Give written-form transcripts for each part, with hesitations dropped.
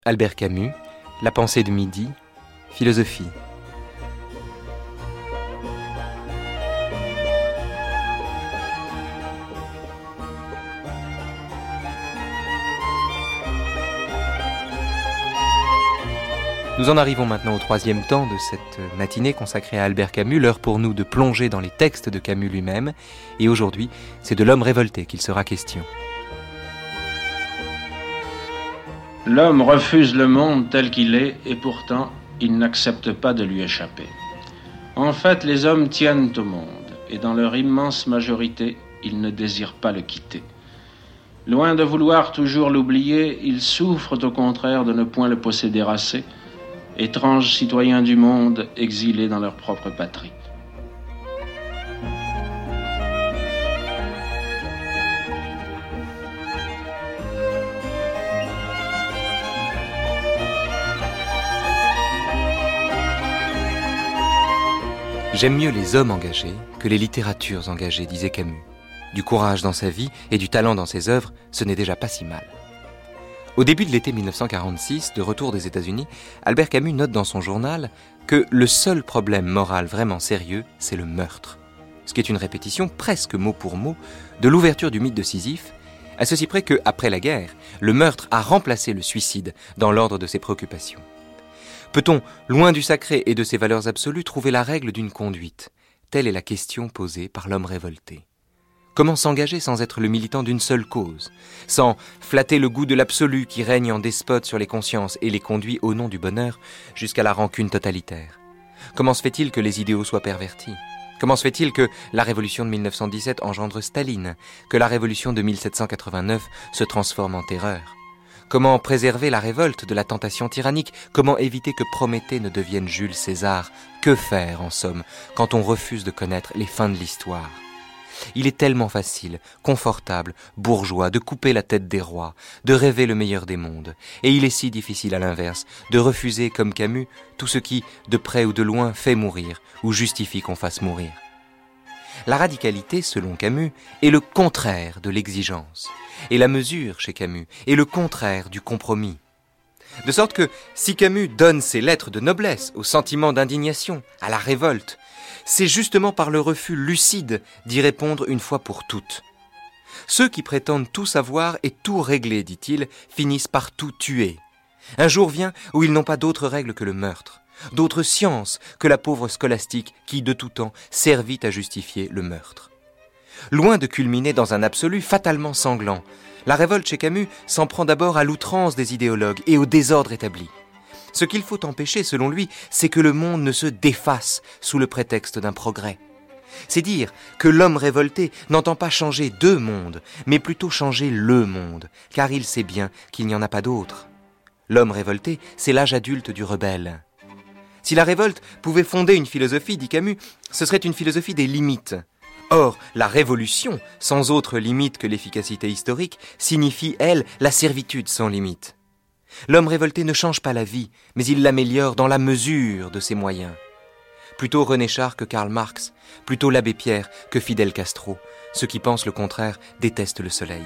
Albert Camus, La pensée de midi, philosophie. Nous en arrivons maintenant au troisième temps de cette matinée consacrée à Albert Camus, l'heure pour nous de plonger dans les textes de Camus lui-même. Et aujourd'hui, c'est de l'homme révolté qu'il sera question. L'homme refuse le monde tel qu'il est et pourtant, il n'accepte pas de lui échapper. En fait, les hommes tiennent au monde et dans leur immense majorité, ils ne désirent pas le quitter. Loin de vouloir toujours l'oublier, ils souffrent au contraire de ne point le posséder assez, étranges citoyens du monde exilés dans leur propre patrie. J'aime mieux les hommes engagés que les littératures engagées, disait Camus. Du courage dans sa vie et du talent dans ses œuvres, ce n'est déjà pas si mal. Au début de l'été 1946, de retour des États-Unis, Albert Camus note dans son journal que le seul problème moral vraiment sérieux, c'est le meurtre. Ce qui est une répétition, presque mot pour mot, de l'ouverture du mythe de Sisyphe, à ceci près que, après la guerre, le meurtre a remplacé le suicide dans l'ordre de ses préoccupations. Peut-on, loin du sacré et de ses valeurs absolues, trouver la règle d'une conduite ? Telle est la question posée par l'homme révolté. Comment s'engager sans être le militant d'une seule cause, sans flatter le goût de l'absolu qui règne en despote sur les consciences et les conduit au nom du bonheur jusqu'à la rancune totalitaire ? Comment se fait-il que les idéaux soient pervertis ? Comment se fait-il que la révolution de 1917 engendre Staline, que la révolution de 1789 se transforme en terreur ? Comment préserver la révolte de la tentation tyrannique ? Comment éviter que Prométhée ne devienne Jules César ? Que faire, en somme, quand on refuse de connaître les fins de l'histoire ? Il est tellement facile, confortable, bourgeois, de couper la tête des rois, de rêver le meilleur des mondes. Et il est si difficile, à l'inverse, de refuser, comme Camus, tout ce qui, de près ou de loin, fait mourir, ou justifie qu'on fasse mourir. La radicalité, selon Camus, est le contraire de l'exigence. Et la mesure, chez Camus, est le contraire du compromis. De sorte que, si Camus donne ses lettres de noblesse au sentiment d'indignation, à la révolte, c'est justement par le refus lucide d'y répondre une fois pour toutes. Ceux qui prétendent tout savoir et tout régler, dit-il, finissent par tout tuer. Un jour vient où ils n'ont pas d'autre règle que le meurtre, d'autre science que la pauvre scolastique qui, de tout temps, servit à justifier le meurtre. Loin de culminer dans un absolu fatalement sanglant, la révolte chez Camus s'en prend d'abord à l'outrance des idéologues et au désordre établi. Ce qu'il faut empêcher, selon lui, c'est que le monde ne se défasse sous le prétexte d'un progrès. C'est dire que l'homme révolté n'entend pas changer deux mondes, mais plutôt changer le monde, car il sait bien qu'il n'y en a pas d'autre. L'homme révolté, c'est l'âge adulte du rebelle. Si la révolte pouvait fonder une philosophie, dit Camus, ce serait une philosophie des limites. Or, la révolution, sans autre limite que l'efficacité historique, signifie, elle, la servitude sans limite. L'homme révolté ne change pas la vie, mais il l'améliore dans la mesure de ses moyens. Plutôt René Char que Karl Marx, plutôt l'abbé Pierre que Fidel Castro. Ceux qui pensent le contraire détestent le soleil.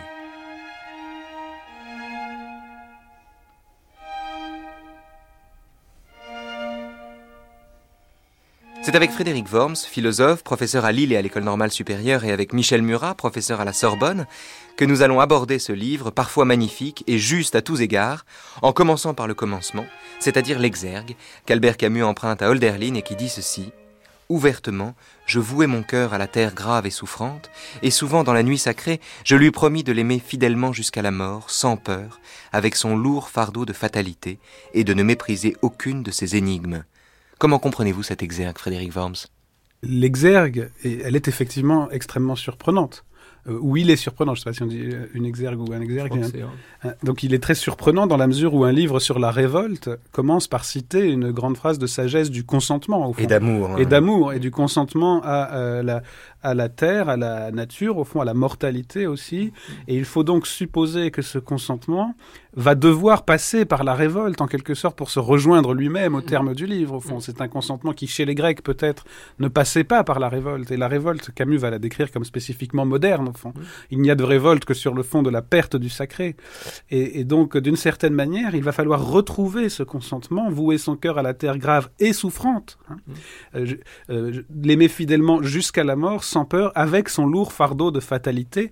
C'est avec Frédéric Worms, philosophe, professeur à Lille et à l'École normale supérieure, et avec Michel Murat, professeur à la Sorbonne, que nous allons aborder ce livre, parfois magnifique et juste à tous égards, en commençant par le commencement, c'est-à-dire l'exergue, qu'Albert Camus emprunte à Hölderlin et qui dit ceci : « Ouvertement, je vouai mon cœur à la terre grave et souffrante, et souvent dans la nuit sacrée, je lui promis de l'aimer fidèlement jusqu'à la mort, sans peur, avec son lourd fardeau de fatalité, et de ne mépriser aucune de ses énigmes. » Comment comprenez-vous cet exergue, Frédéric Worms ? L'exergue, elle est effectivement extrêmement surprenante. Ou il est surprenant, je ne sais pas si on dit une exergue ou un exergue. Donc il est très surprenant dans la mesure où un livre sur la révolte commence par citer une grande phrase de sagesse du consentement, au fond. Et d'amour. Hein. Et d'amour, et du consentement à la terre, à la nature, au fond, à la mortalité aussi. Et il faut donc supposer que ce consentement va devoir passer par la révolte, en quelque sorte, pour se rejoindre lui-même au terme du livre, au fond. C'est un consentement qui, chez les Grecs, peut-être, ne passait pas par la révolte. Et la révolte, Camus va la décrire comme spécifiquement moderne, fond. Il n'y a de révolte que sur le fond de la perte du sacré. Et donc, d'une certaine manière, il va falloir retrouver ce consentement, vouer son cœur à la terre grave et souffrante, l'aimer fidèlement jusqu'à la mort, sans peur, avec son lourd fardeau de fatalité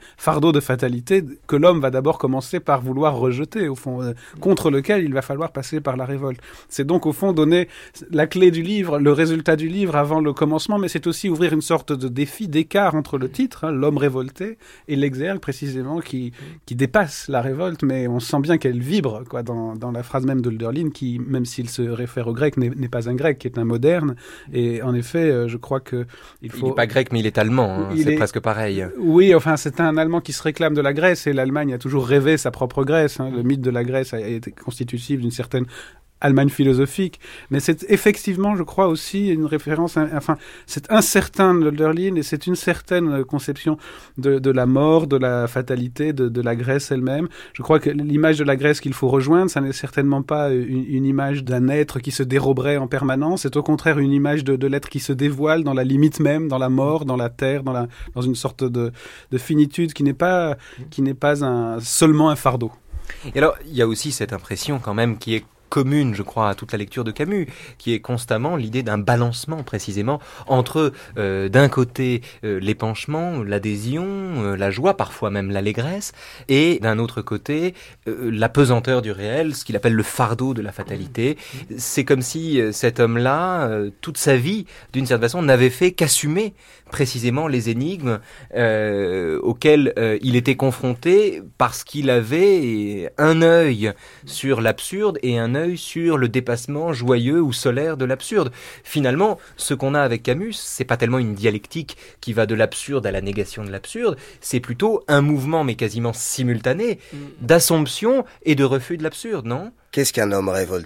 que l'homme va d'abord commencer par vouloir rejeter, au fond, contre lequel il va falloir passer par la révolte. C'est donc, au fond, donner la clé du livre, le résultat du livre avant le commencement, mais c'est aussi ouvrir une sorte de défi, d'écart entre le titre, l'homme révolté, et l'exergue, précisément, qui dépasse la révolte, mais on sent bien qu'elle vibre, quoi, dans la phrase même de Hölderlin, qui, même s'il se réfère au grec, n'est pas un grec, qui est un moderne. Et en effet, je crois que il n'est pas grec, mais il est allemand. C'est presque pareil. Oui, enfin, c'est un Allemand qui se réclame de la Grèce, et l'Allemagne a toujours rêvé sa propre Grèce. Le mythe de la Grèce a été constitutif d'une certaine Allemagne philosophique, mais c'est effectivement, je crois, aussi une référence, c'est un certain Hölderlin, et c'est une certaine conception de la mort, de la fatalité, de la Grèce elle-même. Je crois que l'image de la Grèce qu'il faut rejoindre, ça n'est certainement pas une image d'un être qui se déroberait en permanence, c'est au contraire une image de l'être qui se dévoile dans la limite même, dans la mort, dans la terre, dans une sorte de finitude qui n'est pas seulement un fardeau. Et alors, il y a aussi cette impression quand même qui est commune, je crois, à toute la lecture de Camus, qui est constamment l'idée d'un balancement, précisément, entre, d'un côté, l'épanchement, l'adhésion, la joie, parfois même l'allégresse, et d'un autre côté, la pesanteur du réel, ce qu'il appelle le fardeau de la fatalité. C'est comme si cet homme-là, toute sa vie, d'une certaine façon, n'avait fait qu'assumer précisément les énigmes auxquelles il était confronté, parce qu'il avait un œil sur l'absurde et un œil sur le dépassement joyeux ou solaire de l'absurde. Finalement, ce qu'on a avec Camus, c'est pas tellement une dialectique qui va de l'absurde à la négation de l'absurde, c'est plutôt un mouvement, mais quasiment simultané, d'assomption et de refus de l'absurde, non ? Qu'est-ce qu'un homme révolté ?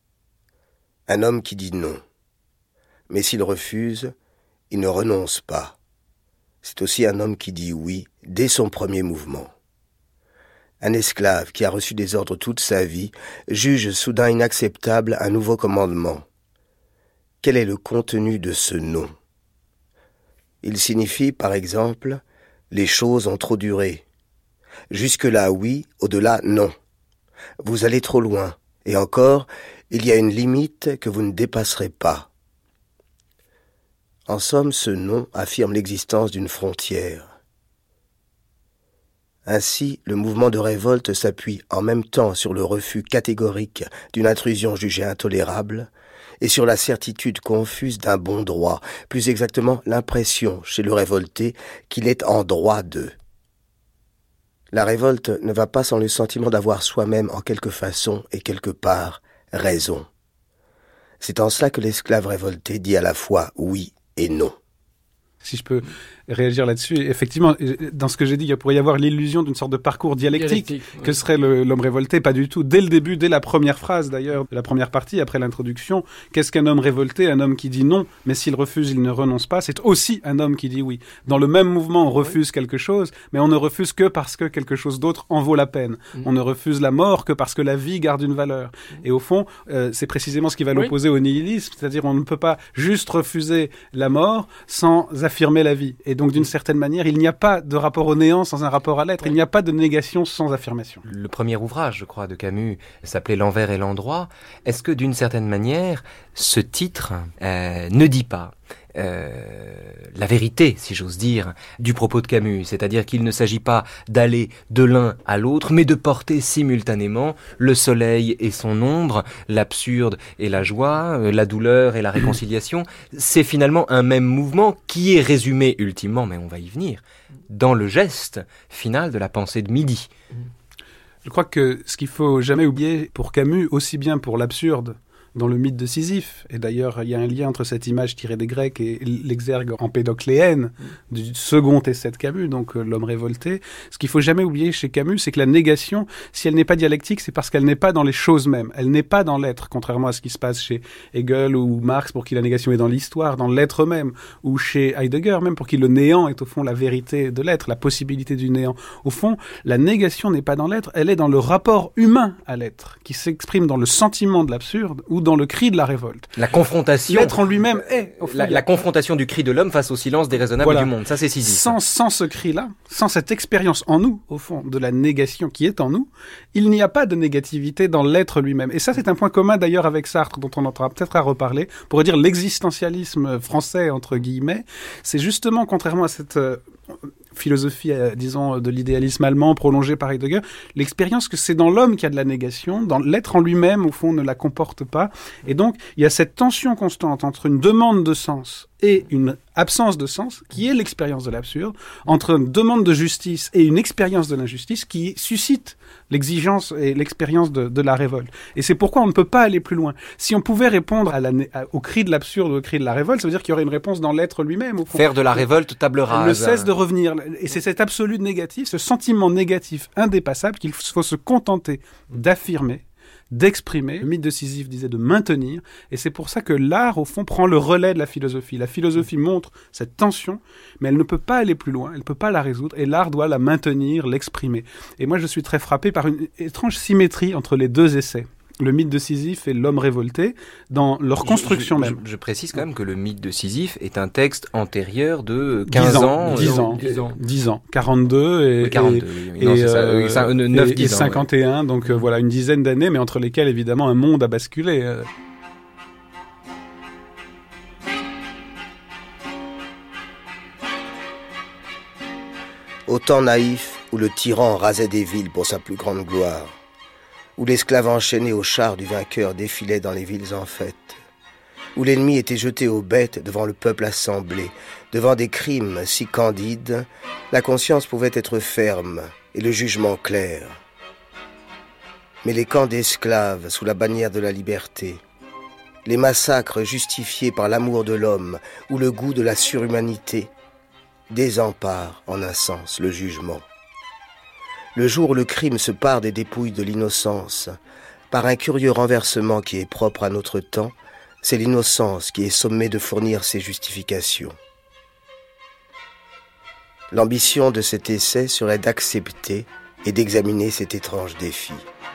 Un homme qui dit non. Mais s'il refuse, il ne renonce pas. C'est aussi un homme qui dit oui dès son premier mouvement. Un esclave qui a reçu des ordres toute sa vie juge soudain inacceptable un nouveau commandement. Quel est le contenu de ce non ? Il signifie, par exemple, les choses ont trop duré. Jusque-là, oui, au-delà, non. Vous allez trop loin, et encore, il y a une limite que vous ne dépasserez pas. En somme, ce non affirme l'existence d'une frontière. Ainsi, le mouvement de révolte s'appuie en même temps sur le refus catégorique d'une intrusion jugée intolérable et sur la certitude confuse d'un bon droit, plus exactement l'impression chez le révolté qu'il est en droit de. La révolte ne va pas sans le sentiment d'avoir soi-même en quelque façon et quelque part raison. C'est en cela que l'esclave révolté dit à la fois oui et non. Si je peux réagir là-dessus, effectivement, dans ce que j'ai dit, il pourrait y avoir l'illusion d'une sorte de parcours dialectique que serait l'homme révolté, pas du tout. Dès le début, dès la première phrase d'ailleurs, de la première partie, après l'introduction, qu'est-ce qu'un homme révolté ? Un homme qui dit non, mais s'il refuse, il ne renonce pas, c'est aussi un homme qui dit oui. Dans le même mouvement, on refuse quelque chose, mais on ne refuse que parce que quelque chose d'autre en vaut la peine. On ne refuse la mort que parce que la vie garde une valeur. Et au fond, c'est précisément ce qui va l'opposer au nihilisme, c'est-à-dire on ne peut pas juste refuser la mort sans affirmer la vie. Et donc, d'une certaine manière, il n'y a pas de rapport au néant sans un rapport à l'être. Il n'y a pas de négation sans affirmation. Le premier ouvrage, je crois, de Camus s'appelait L'envers et l'endroit. Est-ce que, d'une certaine manière, ce titre ne dit pas la vérité, si j'ose dire, du propos de Camus, c'est-à-dire qu'il ne s'agit pas d'aller de l'un à l'autre, mais de porter simultanément le soleil et son ombre, l'absurde et la joie, la douleur et la réconciliation. C'est finalement un même mouvement qui est résumé ultimement, mais on va y venir, dans le geste final de la pensée de midi. Je crois que ce qu'il faut jamais oublier pour Camus, aussi bien pour l'absurde, dans le mythe de Sisyphe. Et d'ailleurs, il y a un lien entre cette image tirée des Grecs et l'exergue empédocléenne du second essai de Camus, donc l'homme révolté. Ce qu'il faut jamais oublier chez Camus, c'est que la négation, si elle n'est pas dialectique, c'est parce qu'elle n'est pas dans les choses mêmes. Elle n'est pas dans l'être, contrairement à ce qui se passe chez Hegel ou Marx, pour qui la négation est dans l'histoire, dans l'être même, ou chez Heidegger, même pour qui le néant est au fond la vérité de l'être, la possibilité du néant. Au fond, la négation n'est pas dans l'être, elle est dans le rapport humain à l'être, qui s'exprime dans le sentiment de l'absurde ou dans le cri de la révolte. La confrontation. L'être en lui-même est. La confrontation du cri de l'homme face au silence déraisonnable du monde. Ça, c'est Sisyphe. Sans ce cri-là, sans cette expérience en nous, au fond, de la négation qui est en nous, il n'y a pas de négativité dans l'être lui-même. Et ça, c'est un point commun d'ailleurs avec Sartre, dont on entendra peut-être à reparler. Pour dire l'existentialisme français, entre guillemets, c'est justement, contrairement à cette philosophie, disons, de l'idéalisme allemand prolongée par Heidegger, l'expérience que c'est dans l'homme qu'il y a de la négation, dans l'être en lui-même, au fond, ne la comporte pas. Et donc, il y a cette tension constante entre une demande de sens et une absence de sens, qui est l'expérience de l'absurde, entre une demande de justice et une expérience de l'injustice qui suscite l'exigence et l'expérience de la révolte. Et c'est pourquoi on ne peut pas aller plus loin. Si on pouvait répondre au cri de l'absurde, au cri de la révolte, ça veut dire qu'il y aurait une réponse dans l'être lui-même, au fond. Faire de la révolte table rase. Elle ne cesse de revenir. Et c'est cet absolu négatif, ce sentiment négatif indépassable qu'il faut se contenter d'affirmer, d'exprimer. Le mythe de Sisyphe disait de maintenir, et c'est pour ça que l'art, au fond, prend le relais de la philosophie. La philosophie montre cette tension, mais elle ne peut pas aller plus loin, elle ne peut pas la résoudre, et l'art doit la maintenir, l'exprimer. Et moi, je suis très frappé par une étrange symétrie entre les deux essais. Le mythe de Sisyphe et l'homme révolté, dans leur construction même. Je précise quand même que le mythe de Sisyphe est un texte antérieur de 15 ans. 10 ans. 42 et 42, et, non, c'est ça, 9, 10 et 51, ouais. Donc voilà, une dizaine d'années, mais entre lesquelles, évidemment, un monde a basculé. Au temps naïf où le tyran rasait des villes pour sa plus grande gloire, où l'esclave enchaîné au char du vainqueur défilait dans les villes en fête, où l'ennemi était jeté aux bêtes devant le peuple assemblé, devant des crimes si candides, la conscience pouvait être ferme et le jugement clair. Mais les camps d'esclaves sous la bannière de la liberté, les massacres justifiés par l'amour de l'homme ou le goût de la surhumanité, désemparent en un sens le jugement. Le jour où le crime se pare des dépouilles de l'innocence, par un curieux renversement qui est propre à notre temps, c'est l'innocence qui est sommée de fournir ses justifications. L'ambition de cet essai serait d'accepter et d'examiner cet étrange défi.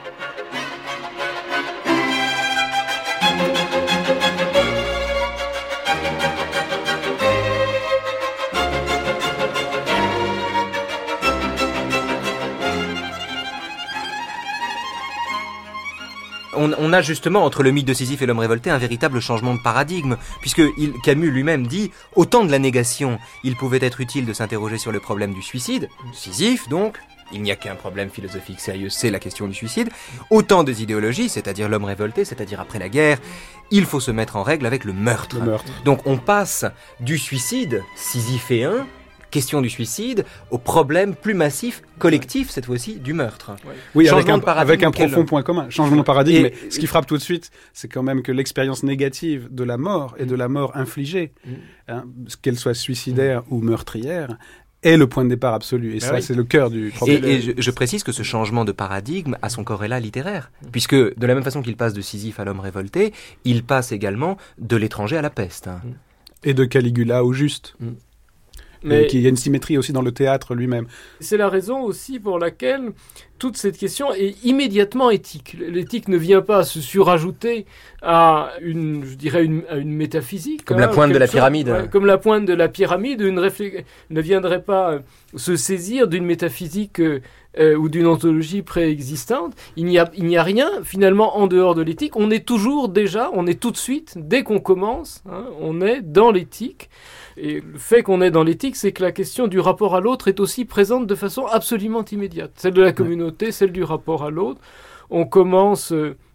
On a justement, entre le mythe de Sisyphe et l'homme révolté, un véritable changement de paradigme, puisque Camus lui-même dit, au temps de la négation, il pouvait être utile de s'interroger sur le problème du suicide, Sisyphe donc, il n'y a qu'un problème philosophique sérieux, c'est la question du suicide, au temps des idéologies, c'est-à-dire l'homme révolté, c'est-à-dire après la guerre, il faut se mettre en règle avec le meurtre. Donc on passe du suicide, sisyphéen, question du suicide, au problème plus massif, collectif, cette fois-ci, du meurtre. Oui, avec un profond point commun. Changement de paradigme, mais ce qui frappe tout de suite, c'est quand même que l'expérience négative de la mort et de la mort infligée, qu'elle soit suicidaire ou meurtrière, est le point de départ absolu. Et ça, c'est le cœur du problème. Et je précise que ce changement de paradigme a son corrélat littéraire. Puisque, de la même façon qu'il passe de Sisyphe à l'homme révolté, il passe également de l'étranger à la peste. Et de Caligula au juste. Mais il y a une symétrie aussi dans le théâtre lui-même. C'est la raison aussi pour laquelle toute cette question est immédiatement éthique. L'éthique ne vient pas se surajouter à une métaphysique. Comme la pointe de la pyramide. Comme la pointe de la pyramide, ne viendrait pas se saisir d'une métaphysique ou d'une ontologie préexistante. Il n'y a rien, finalement, en dehors de l'éthique. On est toujours déjà, on est tout de suite, dès qu'on commence, on est dans l'éthique. Et le fait qu'on est dans l'éthique, c'est que la question du rapport à l'autre est aussi présente de façon absolument immédiate. Celle de la communauté, celle du rapport à l'autre. On commence...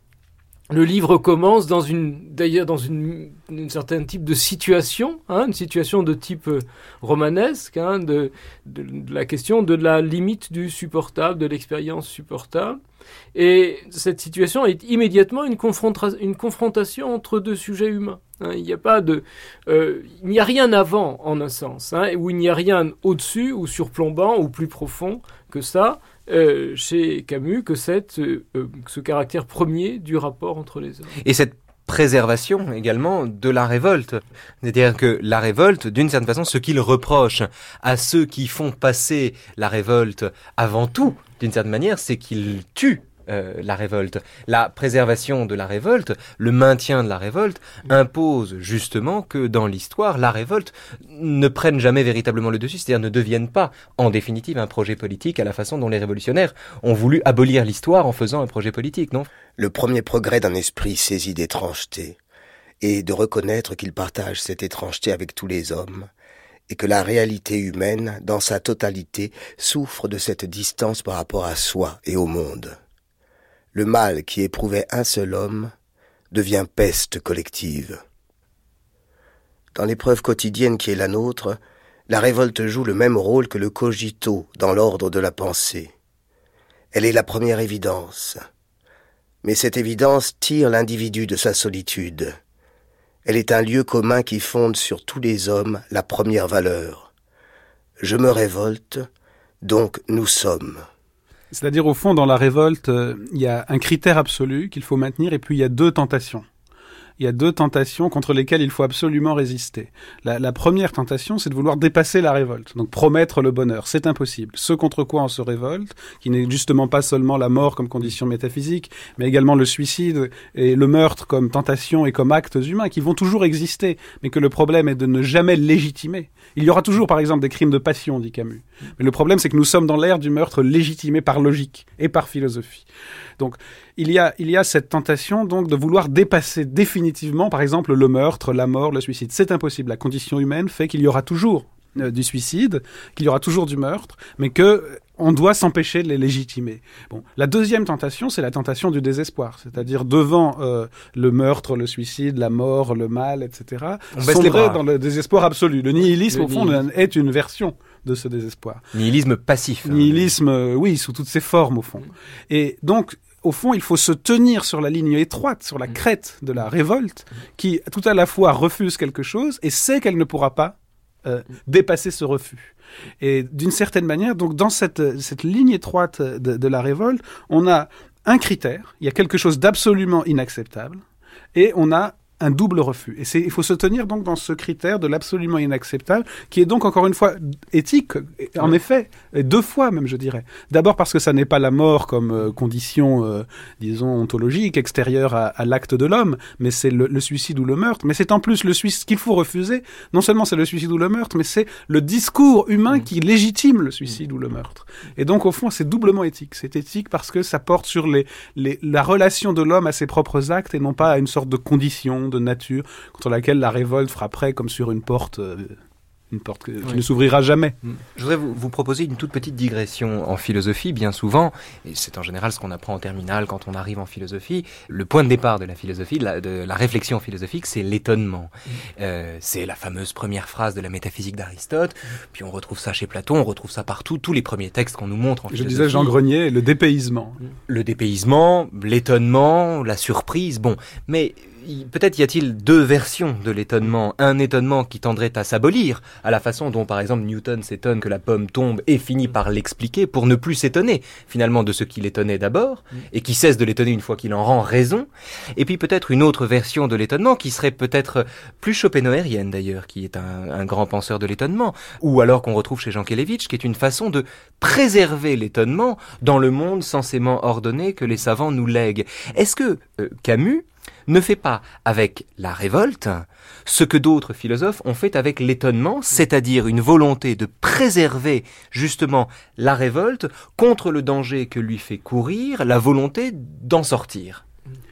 Le livre commence dans une certain type de situation, une situation de type romanesque, de la question de la limite du supportable, de l'expérience supportable. Et cette situation est immédiatement une confrontation entre deux sujets humains. Il n'y a rien avant, en un sens, où il n'y a rien au-dessus ou surplombant ou plus profond que ça. Chez Camus, que ce caractère premier du rapport entre les hommes. Et cette préservation également de la révolte. C'est-à-dire que la révolte, d'une certaine façon, ce qu'il reproche à ceux qui font passer la révolte avant tout, d'une certaine manière, c'est qu'ils tuent la révolte. La préservation de la révolte, le maintien de la révolte, impose justement que dans l'histoire, la révolte ne prenne jamais véritablement le dessus, c'est-à-dire ne devienne pas, en définitive, un projet politique à la façon dont les révolutionnaires ont voulu abolir l'histoire en faisant un projet politique, non ? Le premier progrès d'un esprit saisi d'étrangeté est de reconnaître qu'il partage cette étrangeté avec tous les hommes, et que la réalité humaine, dans sa totalité, souffre de cette distance par rapport à soi et au monde. Le mal qui éprouvait un seul homme devient peste collective. Dans l'épreuve quotidienne qui est la nôtre, la révolte joue le même rôle que le cogito dans l'ordre de la pensée. Elle est la première évidence. Mais cette évidence tire l'individu de sa solitude. Elle est un lieu commun qui fonde sur tous les hommes la première valeur. Je me révolte, donc nous sommes. C'est-à-dire, au fond, dans la révolte, il y a un critère absolu qu'il faut maintenir, et puis il y a deux tentations. Il y a deux tentations contre lesquelles il faut absolument résister. La première tentation, c'est de vouloir dépasser la révolte, donc promettre le bonheur. C'est impossible. Ce contre quoi on se révolte, qui n'est justement pas seulement la mort comme condition métaphysique, mais également le suicide et le meurtre comme tentation et comme actes humains, qui vont toujours exister, mais que le problème est de ne jamais légitimer. Il y aura toujours, par exemple, des crimes de passion, dit Camus. Mais le problème, c'est que nous sommes dans l'ère du meurtre légitimé par logique et par philosophie. Donc, il y a cette tentation, donc, de vouloir dépasser définitivement, par exemple, le meurtre, la mort, le suicide. C'est impossible. La condition humaine fait qu'il y aura toujours du suicide, qu'il y aura toujours du meurtre, mais que on doit s'empêcher de les légitimer. Bon, la deuxième tentation, c'est la tentation du désespoir, c'est-à-dire devant le meurtre, le suicide, la mort, le mal, etc. Sombrer dans le désespoir absolu. Le nihilisme, au fond, est une version de ce désespoir. Nihilisme passif. Nihilisme, oui, sous toutes ses formes, au fond. Et donc, au fond, il faut se tenir sur la ligne étroite, sur la crête de la révolte, qui tout à la fois refuse quelque chose et sait qu'elle ne pourra pas dépasser ce refus. Et d'une certaine manière, donc dans cette ligne étroite de la révolte, on a un critère, il y a quelque chose d'absolument inacceptable, et on a un double refus. Et il faut se tenir donc dans ce critère de l'absolument inacceptable, qui est donc encore une fois éthique, en effet, et deux fois même, je dirais. D'abord parce que ça n'est pas la mort comme condition, disons, ontologique, extérieure à l'acte de l'homme, mais c'est le suicide ou le meurtre. Mais c'est en plus le suicide, ce qu'il faut refuser, non seulement c'est le suicide ou le meurtre, mais c'est le discours humain qui légitime le suicide ou le meurtre. Et donc, au fond, c'est doublement éthique. C'est éthique parce que ça porte sur la relation de l'homme à ses propres actes et non pas à une sorte de condition, de nature, contre laquelle la révolte frapperait comme sur une porte qui ne s'ouvrira jamais. Je voudrais vous proposer une toute petite digression en philosophie. Bien souvent, et c'est en général ce qu'on apprend en terminale quand on arrive en philosophie, le point de départ de la philosophie, de la réflexion philosophique, c'est l'étonnement. C'est la fameuse première phrase de la métaphysique d'Aristote, puis on retrouve ça chez Platon, on retrouve ça partout, tous les premiers textes qu'on nous montre en philosophie. Je disais Jean Grenier, le dépaysement. Le dépaysement, l'étonnement, la surprise, bon, mais peut-être y a-t-il deux versions de l'étonnement. Un étonnement qui tendrait à s'abolir, à la façon dont, par exemple, Newton s'étonne que la pomme tombe et finit par l'expliquer pour ne plus s'étonner, finalement, de ce qui l'étonnait d'abord, et qui cesse de l'étonner une fois qu'il en rend raison. Et puis peut-être une autre version de l'étonnement qui serait peut-être plus schopenhauerienne, d'ailleurs, qui est un grand penseur de l'étonnement, ou alors qu'on retrouve chez Jankélévitch, qui est une façon de préserver l'étonnement dans le monde censément ordonné que les savants nous lèguent. Est-ce que Camus ne fait pas avec la révolte ce que d'autres philosophes ont fait avec l'étonnement, c'est-à-dire une volonté de préserver justement la révolte contre le danger que lui fait courir, la volonté d'en sortir?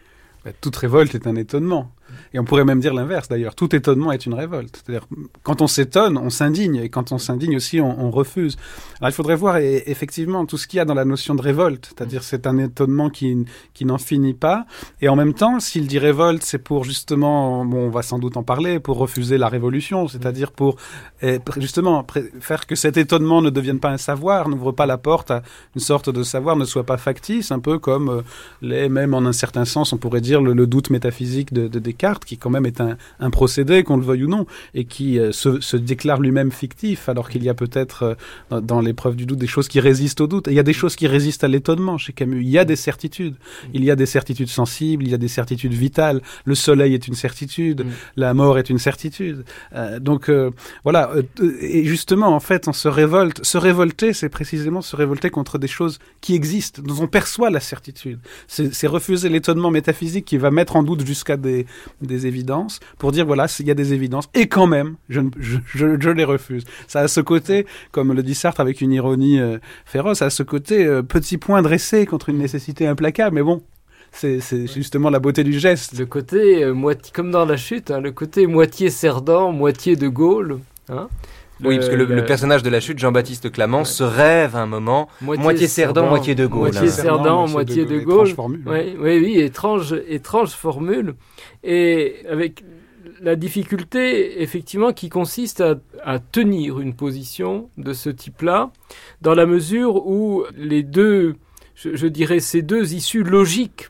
Toute révolte est un étonnement. Et on pourrait même dire l'inverse, d'ailleurs. Tout étonnement est une révolte. C'est-à-dire, quand on s'étonne, on s'indigne. Et quand on s'indigne aussi, on refuse. Alors, il faudrait voir effectivement tout ce qu'il y a dans la notion de révolte. C'est-à-dire, c'est un étonnement qui n'en finit pas. Et en même temps, s'il dit révolte, c'est pour justement, on va sans doute en parler, pour refuser la révolution. C'est-à-dire pour, justement, faire que cet étonnement ne devienne pas un savoir, n'ouvre pas la porte à une sorte de savoir, ne soit pas factice. Un peu comme même en un certain sens, on pourrait dire le doute métaphysique de Descartes. Descartes, qui quand même est un procédé, qu'on le veuille ou non, et qui se déclare lui-même fictif, alors qu'il y a peut-être dans l'épreuve du doute des choses qui résistent au doute. Et il y a des choses qui résistent à l'étonnement chez Camus. Il y a des certitudes. Il y a des certitudes sensibles, il y a des certitudes vitales. Le soleil est une certitude, la mort est une certitude. Voilà. Et justement, en fait, on se révolte. Se révolter, c'est précisément se révolter contre des choses qui existent, dont on perçoit la certitude. C'est refuser l'étonnement métaphysique qui va mettre en doute jusqu'à des évidences, pour dire, voilà, il y a des évidences, et quand même, je les refuse. Ça a ce côté, comme le dit Sartre avec une ironie féroce, ça a ce côté petit point dressé contre une nécessité implacable, mais bon, c'est justement la beauté du geste. Le côté, comme dans La Chute, le côté moitié Cerdan, moitié de Gaulle, Oui, parce que le personnage de La Chute, Jean-Baptiste Clamant, se rêve à un moment moitié Cerdan, moitié de Gaulle. Moitié Cerdan, moitié de Gaulle. Étrange formule. Oui, étrange formule. Et avec la difficulté, effectivement, qui consiste à tenir une position de ce type-là, dans la mesure où les deux, je dirais, ces deux issues logiques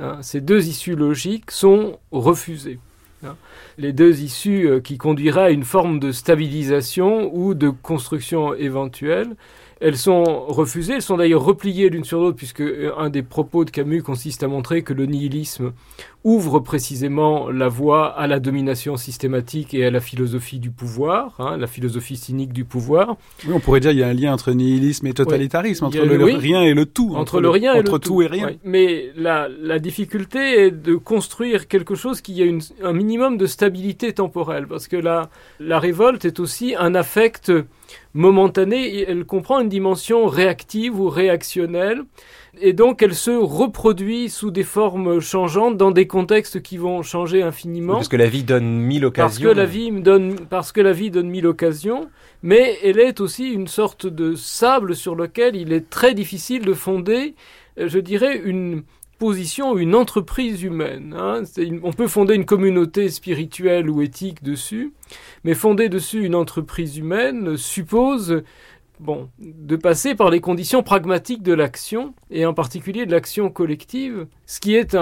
sont refusées. Les deux issues qui conduiraient à une forme de stabilisation ou de construction éventuelle, elles sont refusées, elles sont d'ailleurs repliées l'une sur l'autre, puisque un des propos de Camus consiste à montrer que le nihilisme ouvre précisément la voie à la domination systématique et à la philosophie du pouvoir, la philosophie cynique du pouvoir. Oui, on pourrait dire qu'il y a un lien entre nihilisme et totalitarisme, entre le rien et le tout. Entre le rien et le tout. Entre tout et rien. Oui. Mais la difficulté est de construire quelque chose qui ait un minimum de stabilité temporelle, parce que la révolte est aussi un affect momentanée, elle comprend une dimension réactive ou réactionnelle, et donc elle se reproduit sous des formes changeantes dans des contextes qui vont changer infiniment. Parce que la vie donne mille occasions. Parce que la vie donne mille occasions, mais elle est aussi une sorte de sable sur lequel il est très difficile de fonder, je dirais, une position, une entreprise humaine. On peut fonder une communauté spirituelle ou éthique dessus, mais fonder dessus une entreprise humaine suppose de passer par les conditions pragmatiques de l'action, et en particulier de l'action collective, ce qui est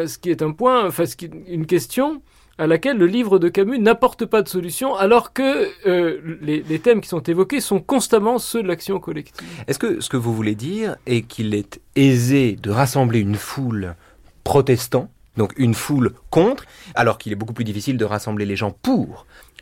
une question à laquelle le livre de Camus n'apporte pas de solution, alors que les thèmes qui sont évoqués sont constamment ceux de l'action collective. Est-ce que ce que vous voulez dire est qu'il est aisé de rassembler une foule protestant, donc une foule contre, alors qu'il est beaucoup plus difficile de rassembler les gens pour?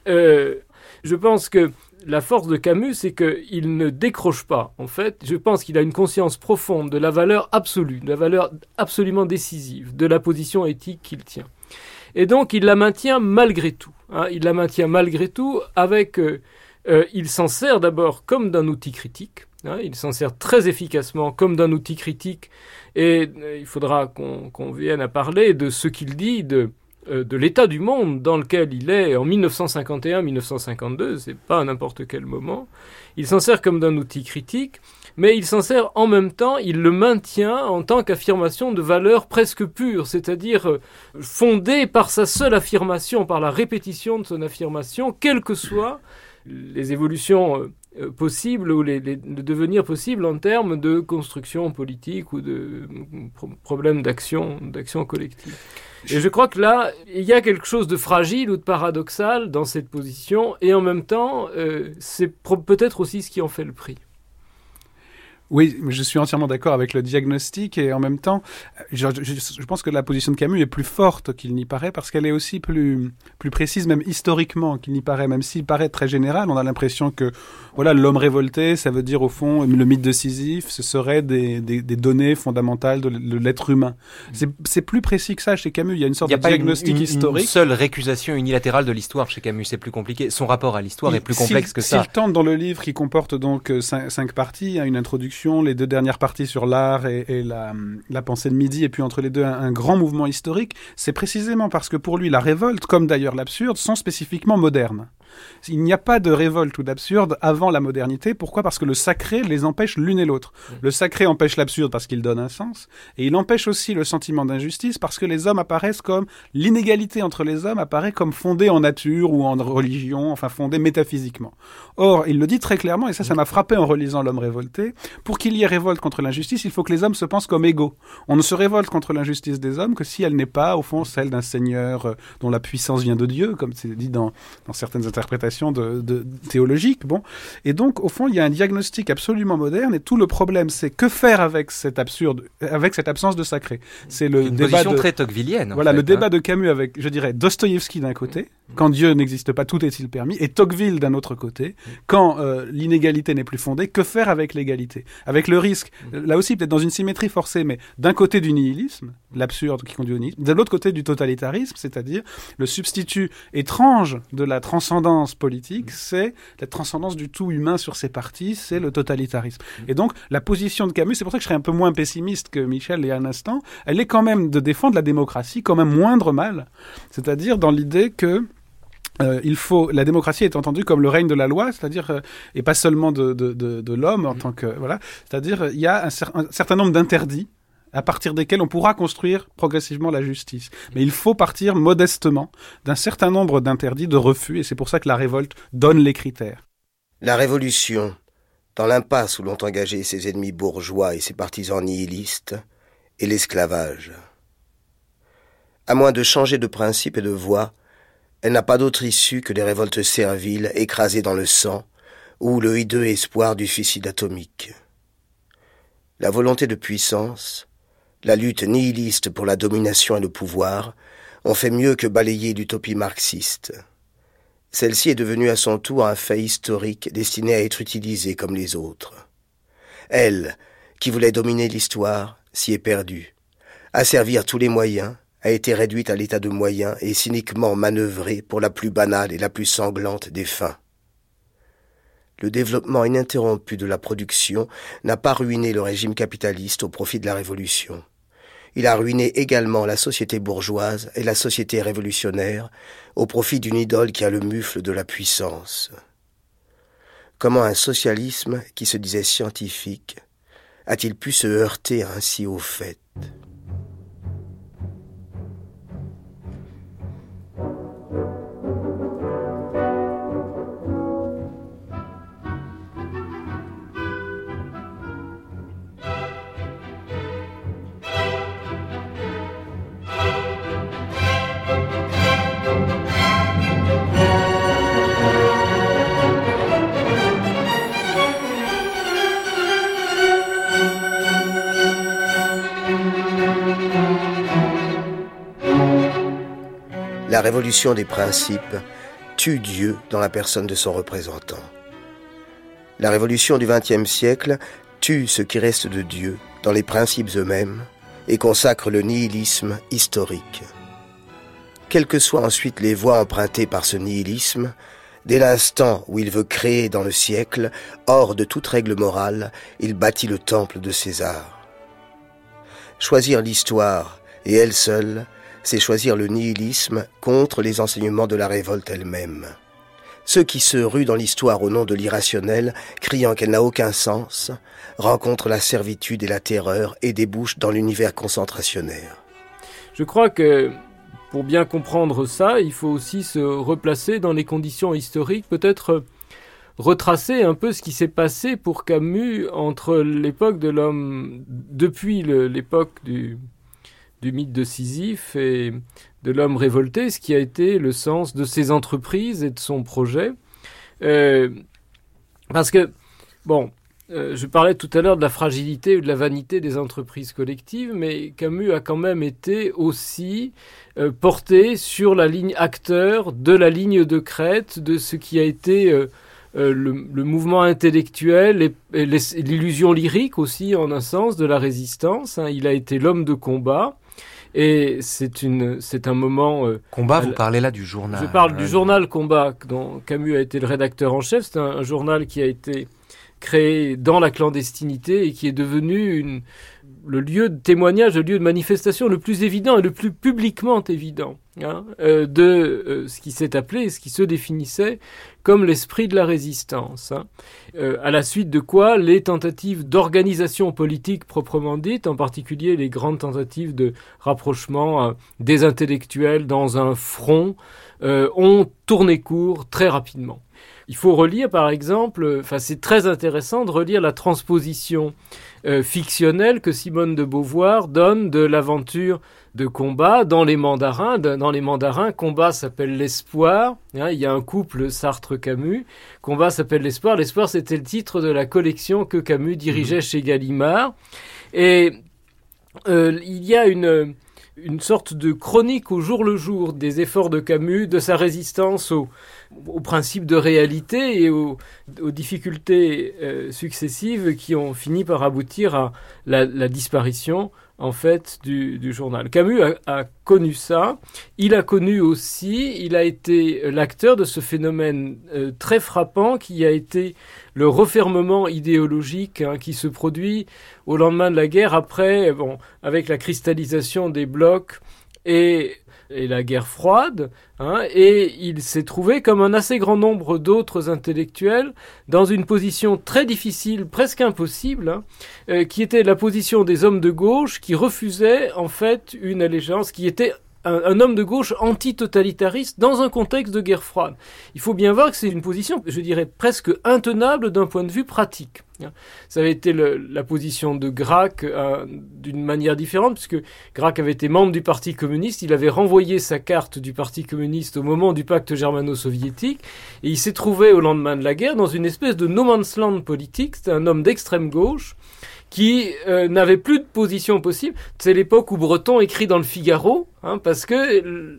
Je pense que la force de Camus, c'est qu'il ne décroche pas, en fait. Je pense qu'il a une conscience profonde de la valeur absolue, de la valeur absolument décisive, de la position éthique qu'il tient. Et donc, il la maintient malgré tout. Il la maintient malgré tout avec... il s'en sert d'abord comme d'un outil critique. Il s'en sert très efficacement comme d'un outil critique. Et il faudra qu'on vienne à parler de ce qu'il dit de l'état du monde dans lequel il est en 1951-1952. C'est pas à n'importe quel moment. Il s'en sert comme d'un outil critique. Mais il s'en sert en même temps, il le maintient en tant qu'affirmation de valeur presque pure, c'est-à-dire fondée par sa seule affirmation, par la répétition de son affirmation, quelles que soient les évolutions possibles ou le devenir possible en termes de construction politique ou de problèmes d'action collective. Et je crois que là, il y a quelque chose de fragile ou de paradoxal dans cette position, et en même temps, c'est peut-être aussi ce qui en fait le prix. Oui, je suis entièrement d'accord avec le diagnostic, et en même temps, je pense que la position de Camus est plus forte qu'il n'y paraît, parce qu'elle est aussi plus précise, même historiquement, qu'il n'y paraît. Même s'il paraît très général, on a l'impression que l'homme révolté, ça veut dire au fond le mythe de Sisyphe, ce serait des données fondamentales de l'être humain. C'est plus précis que ça chez Camus. Il y a une sorte de diagnostic historique. Une seule récusation unilatérale de l'histoire chez Camus, c'est plus compliqué. Son rapport à l'histoire est plus complexe que ça. S'il tente dans le livre, qui comporte donc 5 parties, une introduction, les 2 dernières parties sur l'art et la pensée de midi, et puis entre les deux un grand mouvement historique, c'est précisément parce que pour lui la révolte, comme d'ailleurs l'absurde, sont spécifiquement modernes. Il n'y a pas de révolte ou d'absurde avant la modernité. Pourquoi ? Parce que le sacré les empêche l'une et l'autre. Le sacré empêche l'absurde parce qu'il donne un sens, et il empêche aussi le sentiment d'injustice parce que les hommes apparaissent comme... L'inégalité entre les hommes apparaît comme fondée en nature ou en religion, enfin fondée métaphysiquement. Or, il le dit très clairement, et ça m'a frappé en relisant L'Homme révolté, pour qu'il y ait révolte contre l'injustice, il faut que les hommes se pensent comme égaux. On ne se révolte contre l'injustice des hommes que si elle n'est pas, au fond, celle d'un seigneur dont la puissance vient de Dieu, comme c'est dit dans certaines interprétations théologiques. Bon. Et donc, au fond, il y a un diagnostic absolument moderne, et tout le problème, c'est que faire avec cet absurde, avec cette absence de sacré. C'est le une débat position très tocquevillienne. Voilà, le débat de Camus avec, je dirais, Dostoïevski d'un côté, quand Dieu n'existe pas, tout est-il permis, et Tocqueville d'un autre côté, quand l'inégalité n'est plus fondée, que faire avec l'égalité ? Avec le risque, là aussi peut-être dans une symétrie forcée, mais d'un côté du nihilisme, l'absurde qui conduit au nihilisme, de l'autre côté du totalitarisme, c'est-à-dire le substitut étrange de la transcendance politique, c'est la transcendance du tout humain sur ses parties, c'est le totalitarisme. Et donc, la position de Camus, c'est pour ça que je serais un peu moins pessimiste que Michel il y a un instant, elle est quand même de défendre la démocratie comme un moindre mal, c'est-à-dire dans l'idée que la démocratie est entendue comme le règne de la loi, c'est-à-dire et pas seulement de l'homme en tant que voilà, c'est-à-dire il y a un certain nombre d'interdits à partir desquels on pourra construire progressivement la justice. Mais il faut partir modestement d'un certain nombre d'interdits, de refus, et c'est pour ça que la révolte donne les critères. La révolution, dans l'impasse où l'ont engagé ses ennemis bourgeois et ses partisans nihilistes, est l'esclavage. À moins de changer de principe et de voie, elle n'a pas d'autre issue que les révoltes serviles écrasées dans le sang ou le hideux espoir du suicide atomique. La volonté de puissance, la lutte nihiliste pour la domination et le pouvoir ont fait mieux que balayer l'utopie marxiste. Celle-ci est devenue à son tour un fait historique destiné à être utilisé comme les autres. Elle, qui voulait dominer l'histoire, s'y est perdue. Asservir tous les moyens, a été réduite à l'état de moyens et cyniquement manœuvrée pour la plus banale et la plus sanglante des fins. Le développement ininterrompu de la production n'a pas ruiné le régime capitaliste au profit de la révolution. Il a ruiné également la société bourgeoise et la société révolutionnaire au profit d'une idole qui a le mufle de la puissance. Comment un socialisme qui se disait scientifique a-t-il pu se heurter ainsi au fait ? La révolution des principes tue Dieu dans la personne de son représentant. La révolution du XXe siècle tue ce qui reste de Dieu dans les principes eux-mêmes et consacre le nihilisme historique. Quelles que soient ensuite les voies empruntées par ce nihilisme, dès l'instant où il veut créer dans le siècle, hors de toute règle morale, il bâtit le temple de César. Choisir l'histoire, et elle seule, c'est choisir le nihilisme contre les enseignements de la révolte elle-même. Ceux qui se ruent dans l'histoire au nom de l'irrationnel, criant qu'elle n'a aucun sens, rencontrent la servitude et la terreur et débouchent dans l'univers concentrationnaire. Je crois que pour bien comprendre ça, il faut aussi se replacer dans les conditions historiques, peut-être retracer un peu ce qui s'est passé pour Camus entre l'époque de l'homme, depuis l'époque du mythe de Sisyphe et de l'homme révolté, ce qui a été le sens de ses entreprises et de son projet. Parce que, je parlais tout à l'heure de la fragilité ou de la vanité des entreprises collectives, mais Camus a quand même été aussi porté sur la ligne acteur de la ligne de crête de ce qui a été le mouvement intellectuel et l'illusion lyrique aussi, en un sens, de la résistance. Il a été l'homme de combat. Et c'est un moment... Combat, vous parlez là du journal. Je parle du journal Combat, dont Camus a été le rédacteur en chef. C'est un journal qui a été créé dans la clandestinité et qui est devenu le lieu de témoignage, le lieu de manifestation le plus évident et le plus publiquement évident de ce qui s'est appelé, ce qui se définissait comme l'esprit de la résistance. À la suite de quoi, les tentatives d'organisation politique proprement dite, en particulier les grandes tentatives de rapprochement des intellectuels dans un front, ont tourné court très rapidement. Il faut relire, par exemple, c'est très intéressant de relire la transposition fictionnelle que Simone de Beauvoir donne de l'aventure de Combat dans Les Mandarins. Dans Les Mandarins, Combat s'appelle l'espoir. Il y a un couple Sartre-Camus. Combat s'appelle l'espoir. L'espoir, c'était le titre de la collection que Camus dirigeait chez Gallimard. Et il y a une sorte de chronique au jour le jour des efforts de Camus, de sa résistance au principe de réalité et aux difficultés successives qui ont fini par aboutir à la disparition en fait du journal. Camus a connu ça. Il a connu aussi, il a été l'acteur de ce phénomène très frappant qui a été le refermement idéologique qui se produit au lendemain de la guerre, après, avec la cristallisation des blocs et la guerre froide, et il s'est trouvé, comme un assez grand nombre d'autres intellectuels, dans une position très difficile, presque impossible, qui était la position des hommes de gauche qui refusaient en fait une allégeance, qui était un homme de gauche anti-totalitariste dans un contexte de guerre froide. Il faut bien voir que c'est une position, je dirais, presque intenable d'un point de vue pratique. Ça avait été la position de Gracq d'une manière différente, puisque Gracq avait été membre du Parti communiste, il avait renvoyé sa carte du Parti communiste au moment du pacte germano-soviétique, et il s'est trouvé au lendemain de la guerre dans une espèce de no man's land politique. C'était un homme d'extrême gauche qui n'avait plus de position possible. C'est l'époque où Breton écrit dans le Figaro, parce que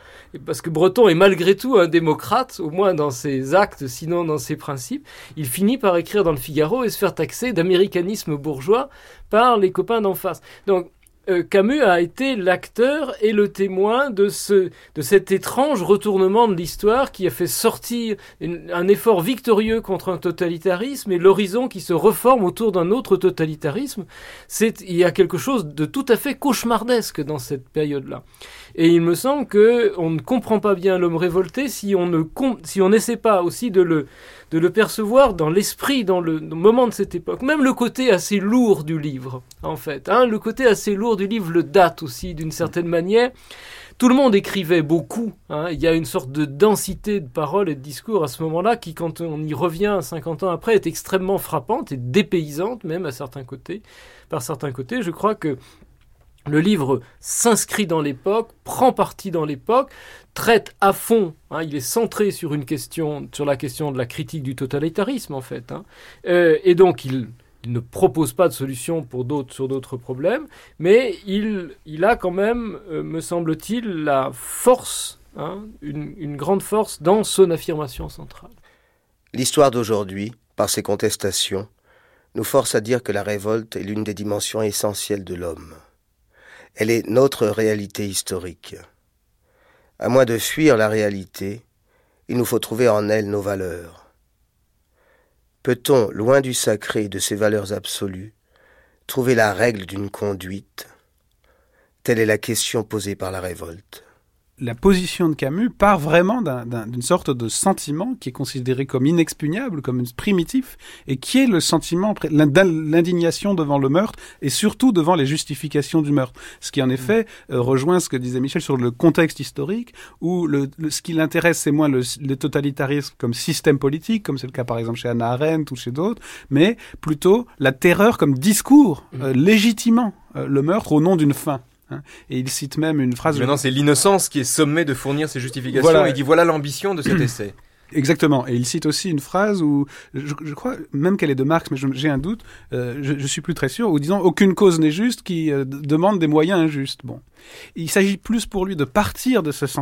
Breton est malgré tout un démocrate, au moins dans ses actes, sinon dans ses principes. Il finit par écrire dans le Figaro et se faire taxer d'américanisme bourgeois par les copains d'en face. Donc, Camus a été l'acteur et le témoin de cet étrange retournement de l'histoire qui a fait sortir un effort victorieux contre un totalitarisme et l'horizon qui se reforme autour d'un autre totalitarisme. Il y a quelque chose de tout à fait cauchemardesque dans cette période-là. Et il me semble qu'on ne comprend pas bien l'homme révolté si on n'essaie pas aussi de le percevoir dans l'esprit, dans le moment de cette époque. Même le côté assez lourd du livre, en fait. Le côté assez lourd du livre le date aussi, d'une certaine manière. Tout le monde écrivait beaucoup. Il y a une sorte de densité de paroles et de discours à ce moment-là qui, quand on y revient 50 ans après, est extrêmement frappante et dépaysante, même par certains côtés. Je crois que le livre s'inscrit dans l'époque, prend parti dans l'époque, traite à fond, il est centré sur la question de la critique du totalitarisme en fait, et donc il ne propose pas de solution sur d'autres problèmes, mais il a quand même, me semble-t-il, la force, une grande force dans son affirmation centrale. L'histoire d'aujourd'hui, par ses contestations, nous force à dire que la révolte est l'une des dimensions essentielles de l'homme. Elle est notre réalité historique. À moins de fuir la réalité, il nous faut trouver en elle nos valeurs. Peut-on, loin du sacré et de ses valeurs absolues, trouver la règle d'une conduite ? Telle est la question posée par la révolte. La position de Camus part vraiment d'une sorte de sentiment qui est considéré comme inexpugnable, comme primitif, et qui est le sentiment, l'indignation devant le meurtre, et surtout devant les justifications du meurtre. Ce qui, en effet, rejoint ce que disait Michel sur le contexte historique, où ce qui l'intéresse, c'est moins le totalitarisme comme système politique, comme c'est le cas par exemple chez Hannah Arendt ou chez d'autres, mais plutôt la terreur comme discours, légitimant le meurtre au nom d'une fin. Et il cite même une phrase... Maintenant, c'est l'innocence qui est sommée de fournir ses justifications. Voilà. Et il dit voilà l'ambition de cet essai. Exactement. Et il cite aussi une phrase où, je crois même qu'elle est de Marx, mais j'ai un doute, je suis plus très sûr, où disons aucune cause n'est juste qui demande des moyens injustes. Bon. Il s'agit plus pour lui de partir de ce sentiment,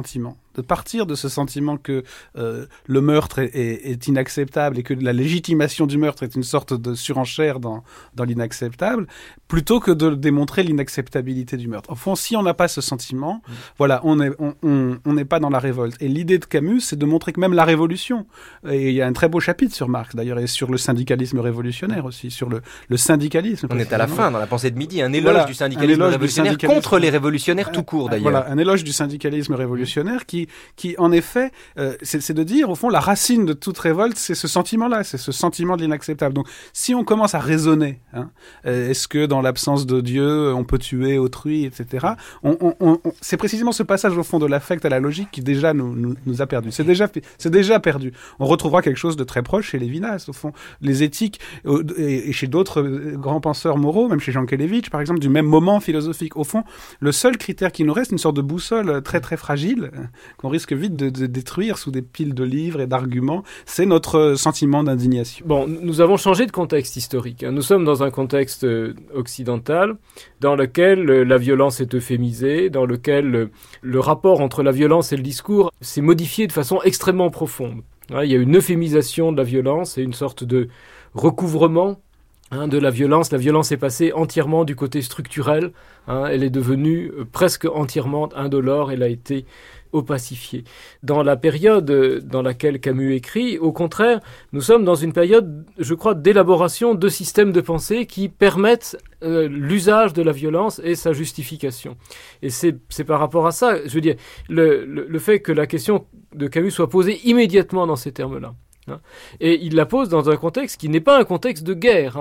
de partir de ce sentiment que le meurtre est inacceptable et que la légitimation du meurtre est une sorte de surenchère dans l'inacceptable, plutôt que de démontrer l'inacceptabilité du meurtre. Au fond, si on n'a pas ce sentiment, voilà, on n'est pas dans la révolte. Et l'idée de Camus, c'est de montrer que même la révolution, et il y a un très beau chapitre sur Marx d'ailleurs, et sur le syndicalisme révolutionnaire aussi, sur le syndicalisme. On est à la fin, dans la pensée de midi, un éloge du syndicalisme révolutionnaire contre les révolutionnaires tout court d'ailleurs. Voilà, un éloge du syndicalisme révolutionnaire qui en effet, c'est de dire, au fond, la racine de toute révolte, c'est ce sentiment-là, c'est ce sentiment de l'inacceptable. Donc, si on commence à raisonner, est-ce que dans l'absence de Dieu, on peut tuer autrui, etc., c'est précisément ce passage, au fond, de l'affect à la logique qui déjà nous a perdus. C'est déjà perdu. On retrouvera quelque chose de très proche chez Lévinas, au fond. Les éthiques, et chez d'autres grands penseurs moraux, même chez Jean Kelevitch, par exemple, du même moment philosophique. Au fond, le seul critère qui nous reste, une sorte de boussole très très fragile, qu'on risque vite de détruire sous des piles de livres et d'arguments, c'est notre sentiment d'indignation. Bon, nous avons changé de contexte historique. Nous sommes dans un contexte occidental dans lequel la violence est euphémisée, dans lequel le rapport entre la violence et le discours s'est modifié de façon extrêmement profonde. Il y a une euphémisation de la violence et une sorte de recouvrement de la violence. La violence est passée entièrement du côté structurel. Elle est devenue presque entièrement indolore. Elle a été opacifiée. Dans la période dans laquelle Camus écrit, au contraire, nous sommes dans une période, je crois, d'élaboration de systèmes de pensée qui permettent l'usage de la violence et sa justification. Et c'est par rapport à ça, je veux dire, le fait que la question de Camus soit posée immédiatement dans ces termes-là. Et il la pose dans un contexte qui n'est pas un contexte de guerre.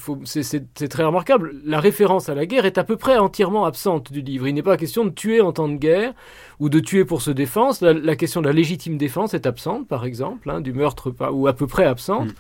C'est très remarquable. La référence à la guerre est à peu près entièrement absente du livre. Il n'est pas question de tuer en temps de guerre ou de tuer pour se défendre. La question de la légitime défense est absente, par exemple, du meurtre, ou à peu près absente.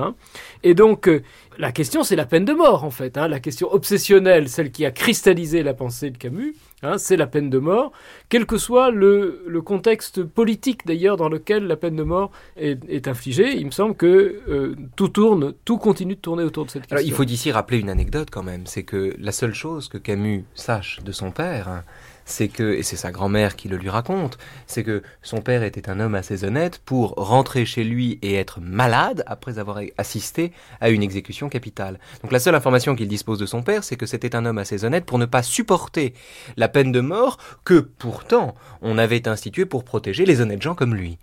Et donc, la question, c'est la peine de mort, en fait. La question obsessionnelle, celle qui a cristallisé la pensée de Camus, c'est la peine de mort, quel que soit le contexte politique, d'ailleurs, dans lequel la peine de mort est infligée. Il me semble que tout continue de tourner autour de cette question. Alors, il faut d'ici rappeler une anecdote, quand même. C'est que la seule chose que Camus sache de son père, c'est que, et c'est sa grand-mère qui le lui raconte, c'est que son père était un homme assez honnête pour rentrer chez lui et être malade après avoir assisté à une exécution capitale. Donc la seule information qu'il dispose de son père, c'est que c'était un homme assez honnête pour ne pas supporter la peine de mort que, pourtant, on avait instituée pour protéger les honnêtes gens comme lui.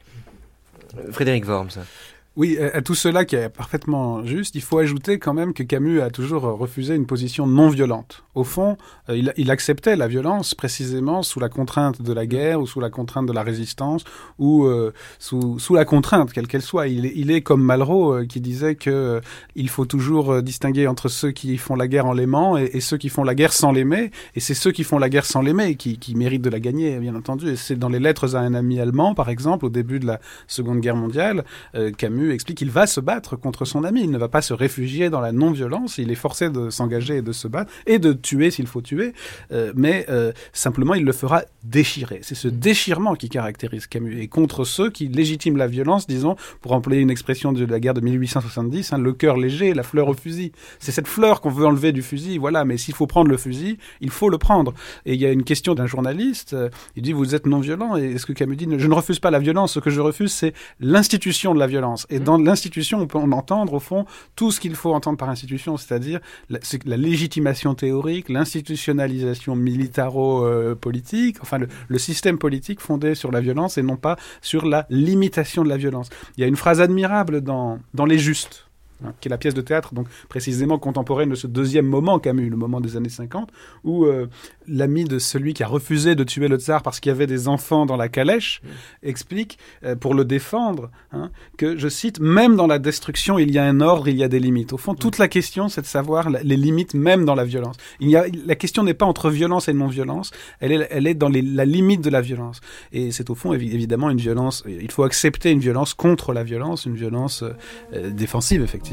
Frédéric Worms. Oui, à tout cela qui est parfaitement juste, il faut ajouter quand même que Camus a toujours refusé une position non violente. Au fond, il acceptait la violence précisément sous la contrainte de la guerre ou sous la contrainte de la résistance ou sous la contrainte, quelle qu'elle soit. Il est comme Malraux qui disait que il faut toujours distinguer entre ceux qui font la guerre en l'aimant et ceux qui font la guerre sans l'aimer. Et c'est ceux qui font la guerre sans l'aimer qui méritent de la gagner, bien entendu. Et c'est dans les lettres à un ami allemand, par exemple, au début de la Seconde Guerre mondiale, Camus explique qu'il va se battre contre son ami. Il ne va pas se réfugier dans la non-violence. Il est forcé de s'engager et de se battre et de tuer s'il faut tuer. Mais simplement, il le fera déchirer. C'est ce déchirement qui caractérise Camus. Et contre ceux qui légitiment la violence, disons, pour employer une expression de la guerre de 1870, le cœur léger, la fleur au fusil. C'est cette fleur qu'on veut enlever du fusil, voilà. Mais s'il faut prendre le fusil, il faut le prendre. Et il y a une question d'un journaliste. Il dit, vous êtes non-violent. Et ce que Camus dit, je ne refuse pas la violence. Ce que je refuse, c'est l'institution de la violence. Et dans l'institution, on peut en entendre, au fond, tout ce qu'il faut entendre par institution, c'est-à-dire la légitimation théorique, l'institutionnalisation militaro-politique, enfin le système politique fondé sur la violence et non pas sur la limitation de la violence. Il y a une phrase admirable dans Les Justes, qui est la pièce de théâtre, donc précisément contemporaine de ce deuxième moment Camus, le moment des années 50, où l'ami de celui qui a refusé de tuer le tsar parce qu'il y avait des enfants dans la calèche, explique, pour le défendre, que, je cite, « Même dans la destruction, il y a un ordre, il y a des limites ». Au fond, toute la question, c'est de savoir les limites, même dans la violence. La question n'est pas entre violence et non-violence, elle est dans la limite de la violence. Et c'est au fond, évidemment, une violence, il faut accepter une violence contre la violence, une violence défensive, effectivement.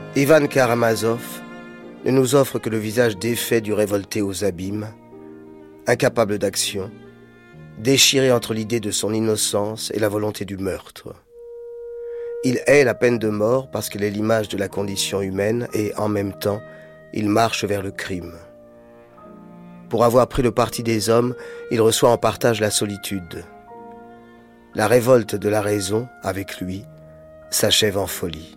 Ivan Karamazov ne nous offre que le visage défait du révolté aux abîmes, incapable d'action, déchiré entre l'idée de son innocence et la volonté du meurtre. Il hait la peine de mort parce qu'elle est l'image de la condition humaine et, en même temps, il marche vers le crime. Pour avoir pris le parti des hommes, il reçoit en partage la solitude. La révolte de la raison, avec lui, s'achève en folie.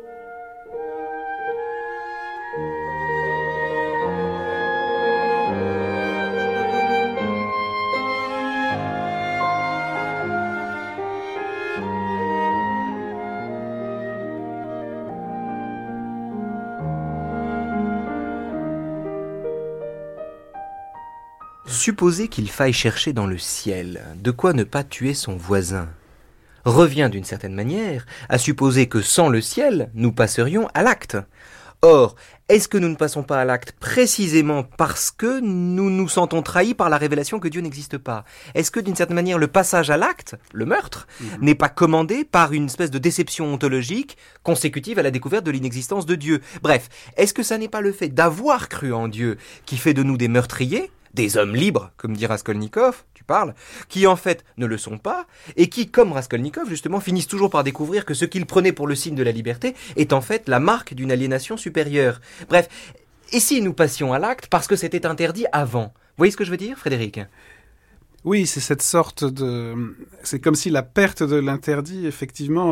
Supposer qu'il faille chercher dans le ciel de quoi ne pas tuer son voisin revient d'une certaine manière à supposer que sans le ciel, nous passerions à l'acte. Or, est-ce que nous ne passons pas à l'acte précisément parce que nous nous sentons trahis par la révélation que Dieu n'existe pas? Est-ce que d'une certaine manière, le passage à l'acte, le meurtre, n'est pas commandé par une espèce de déception ontologique consécutive à la découverte de l'inexistence de Dieu? Bref, est-ce que ça n'est pas le fait d'avoir cru en Dieu qui fait de nous des meurtriers, des hommes libres, comme dit Raskolnikov, tu parles, qui en fait ne le sont pas, et qui, comme Raskolnikov, justement, finissent toujours par découvrir que ce qu'ils prenaient pour le signe de la liberté est en fait la marque d'une aliénation supérieure. Bref, et si nous passions à l'acte parce que c'était interdit avant? Vous voyez ce que je veux dire, Frédéric? Oui, c'est cette sorte de... C'est comme si la perte de l'interdit, effectivement,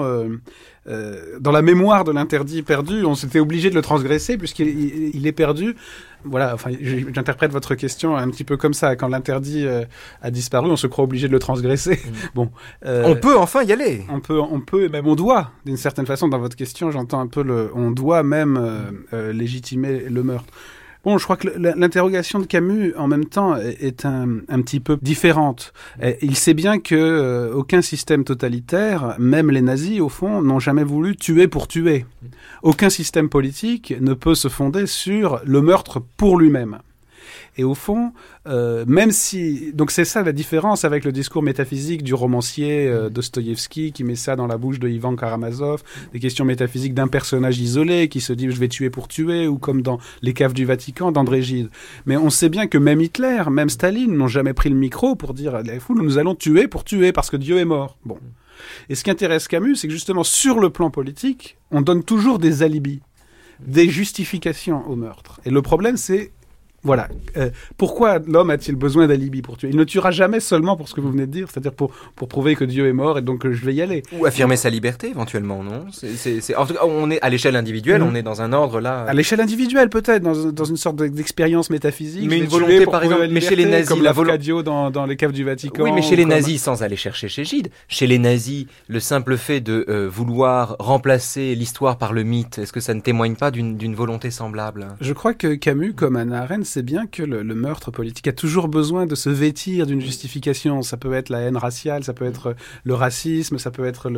dans la mémoire de l'interdit perdu, on s'était obligé de le transgresser puisqu'il est perdu. Voilà, enfin, j'interprète votre question un petit peu comme ça. Quand l'interdit a disparu, on se croit obligé de le transgresser. Bon, on peut enfin y aller. On peut, et même on doit, d'une certaine façon. Dans votre question, j'entends un peu on doit même légitimer le meurtre. Bon, je crois que l'interrogation de Camus, en même temps, est un petit peu différente. Il sait bien que aucun système totalitaire, même les nazis, au fond, n'ont jamais voulu tuer pour tuer. Aucun système politique ne peut se fonder sur le meurtre pour lui-même. Et au fond, même si... Donc c'est ça la différence avec le discours métaphysique du romancier Dostoïevski qui met ça dans la bouche de Ivan Karamazov, des questions métaphysiques d'un personnage isolé qui se dit « je vais tuer pour tuer » ou comme dans Les Caves du Vatican d'André Gide. Mais on sait bien que même Hitler, même Staline n'ont jamais pris le micro pour dire « les fous, nous allons tuer pour tuer parce que Dieu est mort ». Bon. Et ce qui intéresse Camus, c'est que justement sur le plan politique, on donne toujours des alibis, des justifications au meurtre. Et le problème, c'est voilà. Pourquoi l'homme a-t-il besoin d'alibi pour tuer? Il ne tuera jamais seulement pour ce que vous venez de dire, c'est-à-dire pour prouver que Dieu est mort et donc je vais y aller. Ou affirmer sa liberté, éventuellement, non? En tout cas, on est à l'échelle individuelle, on est dans un ordre là... À l'échelle individuelle, peut-être, dans une sorte d'expérience métaphysique. Mais une volonté, par exemple, mais chez les nazis... Comme l'Afcadio dans les caves du Vatican. Oui, mais chez les nazis, sans aller chercher chez Gide, chez les nazis, le simple fait de vouloir remplacer l'histoire par le mythe, est-ce que ça ne témoigne pas d'une volonté semblable? Je crois que Camus, comme Hannah Arendt, c'est bien que le meurtre politique a toujours besoin de se vêtir d'une justification. Ça peut être la haine raciale, ça peut être le racisme, ça peut être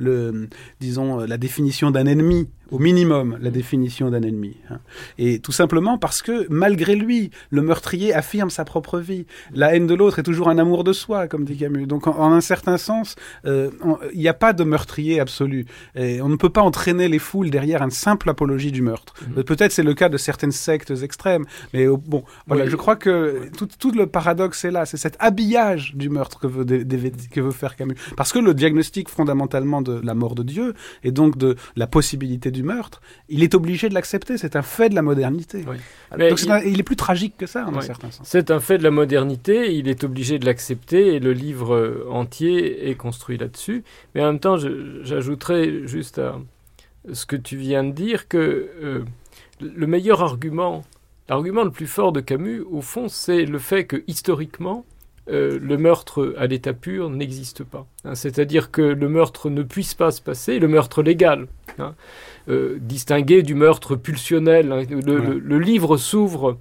disons, la définition d'un ennemi. Au minimum, la définition d'un ennemi. Et tout simplement parce que, malgré lui, le meurtrier affirme sa propre vie. La haine de l'autre est toujours un amour de soi, comme dit Camus. Donc, en un certain sens, il n'y a pas de meurtrier absolu. Et on ne peut pas entraîner les foules derrière une simple apologie du meurtre. Peut-être c'est le cas de certaines sectes extrêmes, mais bon, voilà, oui. Je crois que tout le paradoxe est là. C'est cet habillage du meurtre que veut faire Camus. Parce que le diagnostic fondamentalement de la mort de Dieu, et donc de la possibilité du meurtre, il est obligé de l'accepter, c'est un fait de la modernité. Oui. Donc il est plus tragique que ça, en un certain sens. C'est un fait de la modernité, il est obligé de l'accepter, et le livre entier est construit là-dessus. Mais en même temps, j'ajouterais juste à ce que tu viens de dire que le meilleur argument, l'argument le plus fort de Camus, au fond, c'est le fait que, historiquement, le meurtre à l'état pur n'existe pas. C'est-à-dire que le meurtre ne puisse pas se passer, le meurtre légal, distingué du meurtre pulsionnel. Le livre s'ouvre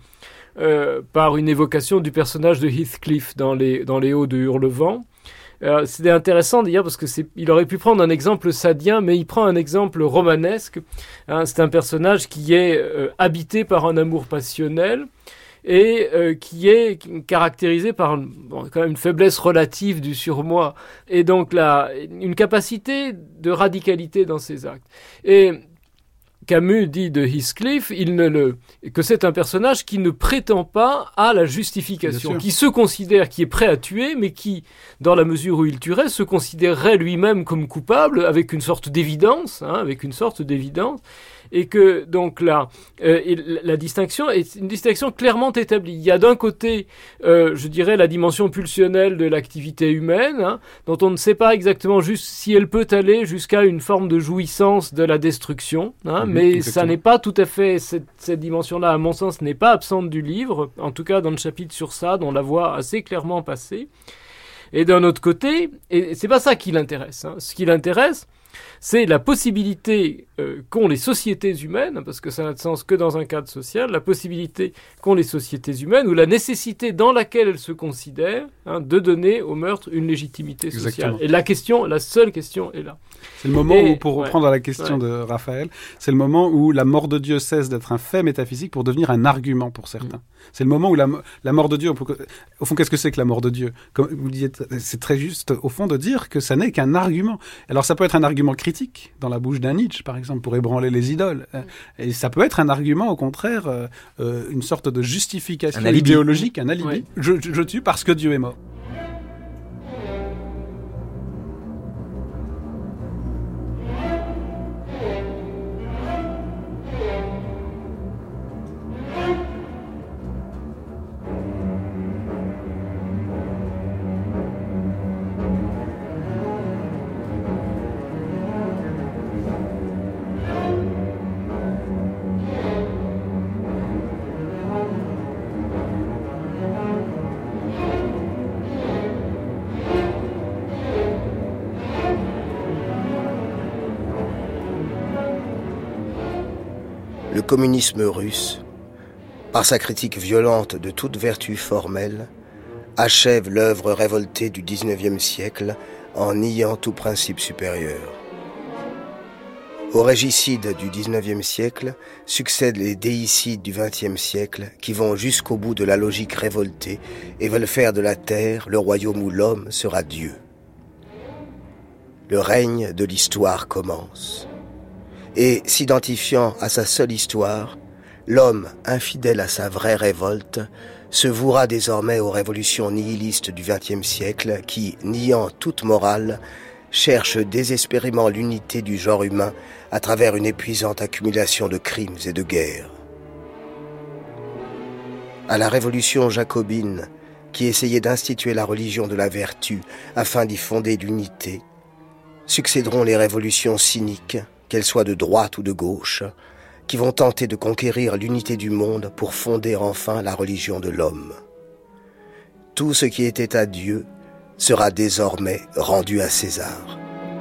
par une évocation du personnage de Heathcliff dans les Hauts de Hurlevent. C'était intéressant d'ailleurs parce que il aurait pu prendre un exemple sadien, mais il prend un exemple romanesque. C'est un personnage qui est habité par un amour passionnel et qui est caractérisé par quand même une faiblesse relative du surmoi et donc une capacité de radicalité dans ses actes. Et Camus dit de Heathcliff que c'est un personnage qui ne prétend pas à la justification, qui se considère, qui est prêt à tuer, mais qui, dans la mesure où il tuerait, se considérerait lui-même comme coupable avec une sorte d'évidence, et que donc là, la distinction est une distinction clairement établie. Il y a d'un côté, je dirais, la dimension pulsionnelle de l'activité humaine, dont on ne sait pas exactement juste si elle peut aller jusqu'à une forme de jouissance de la destruction, mais ça n'est pas tout à fait, cette dimension-là, à mon sens, n'est pas absente du livre, en tout cas dans le chapitre sur Sade, on la voit assez clairement passer. Et d'un autre côté, et c'est pas ça qui l'intéresse, ce qui l'intéresse, c'est la possibilité qu'ont les sociétés humaines, parce que ça n'a de sens que dans un cadre social, la possibilité qu'ont les sociétés humaines, ou la nécessité dans laquelle elles se considèrent, de donner au meurtre une légitimité sociale. Exactement. Et la seule question est là. C'est le moment où, pour reprendre la question de Raphaël, c'est le moment où la mort de Dieu cesse d'être un fait métaphysique pour devenir un argument pour certains. C'est le moment où la mort de Dieu, au fond, qu'est-ce que c'est que la mort de Dieu ? Comme vous le disiez, c'est très juste, au fond, de dire que ça n'est qu'un argument. Alors ça peut être un argument critique, dans la bouche d'un Nietzsche, par exemple, pour ébranler les idoles. Et ça peut être un argument, au contraire, une sorte de justification idéologique, un alibi. Oui. Je tue parce que Dieu est mort. Le communisme russe, par sa critique violente de toute vertu formelle, achève l'œuvre révoltée du XIXe siècle en niant tout principe supérieur. Aux régicides du XIXe siècle succèdent les déicides du XXe siècle qui vont jusqu'au bout de la logique révoltée et veulent faire de la terre le royaume où l'homme sera Dieu. Le règne de l'histoire commence. Et s'identifiant à sa seule histoire, l'homme, infidèle à sa vraie révolte, se vouera désormais aux révolutions nihilistes du XXe siècle qui, niant toute morale, cherchent désespérément l'unité du genre humain à travers une épuisante accumulation de crimes et de guerres. À la révolution jacobine, qui essayait d'instituer la religion de la vertu afin d'y fonder l'unité, succéderont les révolutions cyniques, qu'elles soient de droite ou de gauche, qui vont tenter de conquérir l'unité du monde pour fonder enfin la religion de l'homme. Tout ce qui était à Dieu sera désormais rendu à César.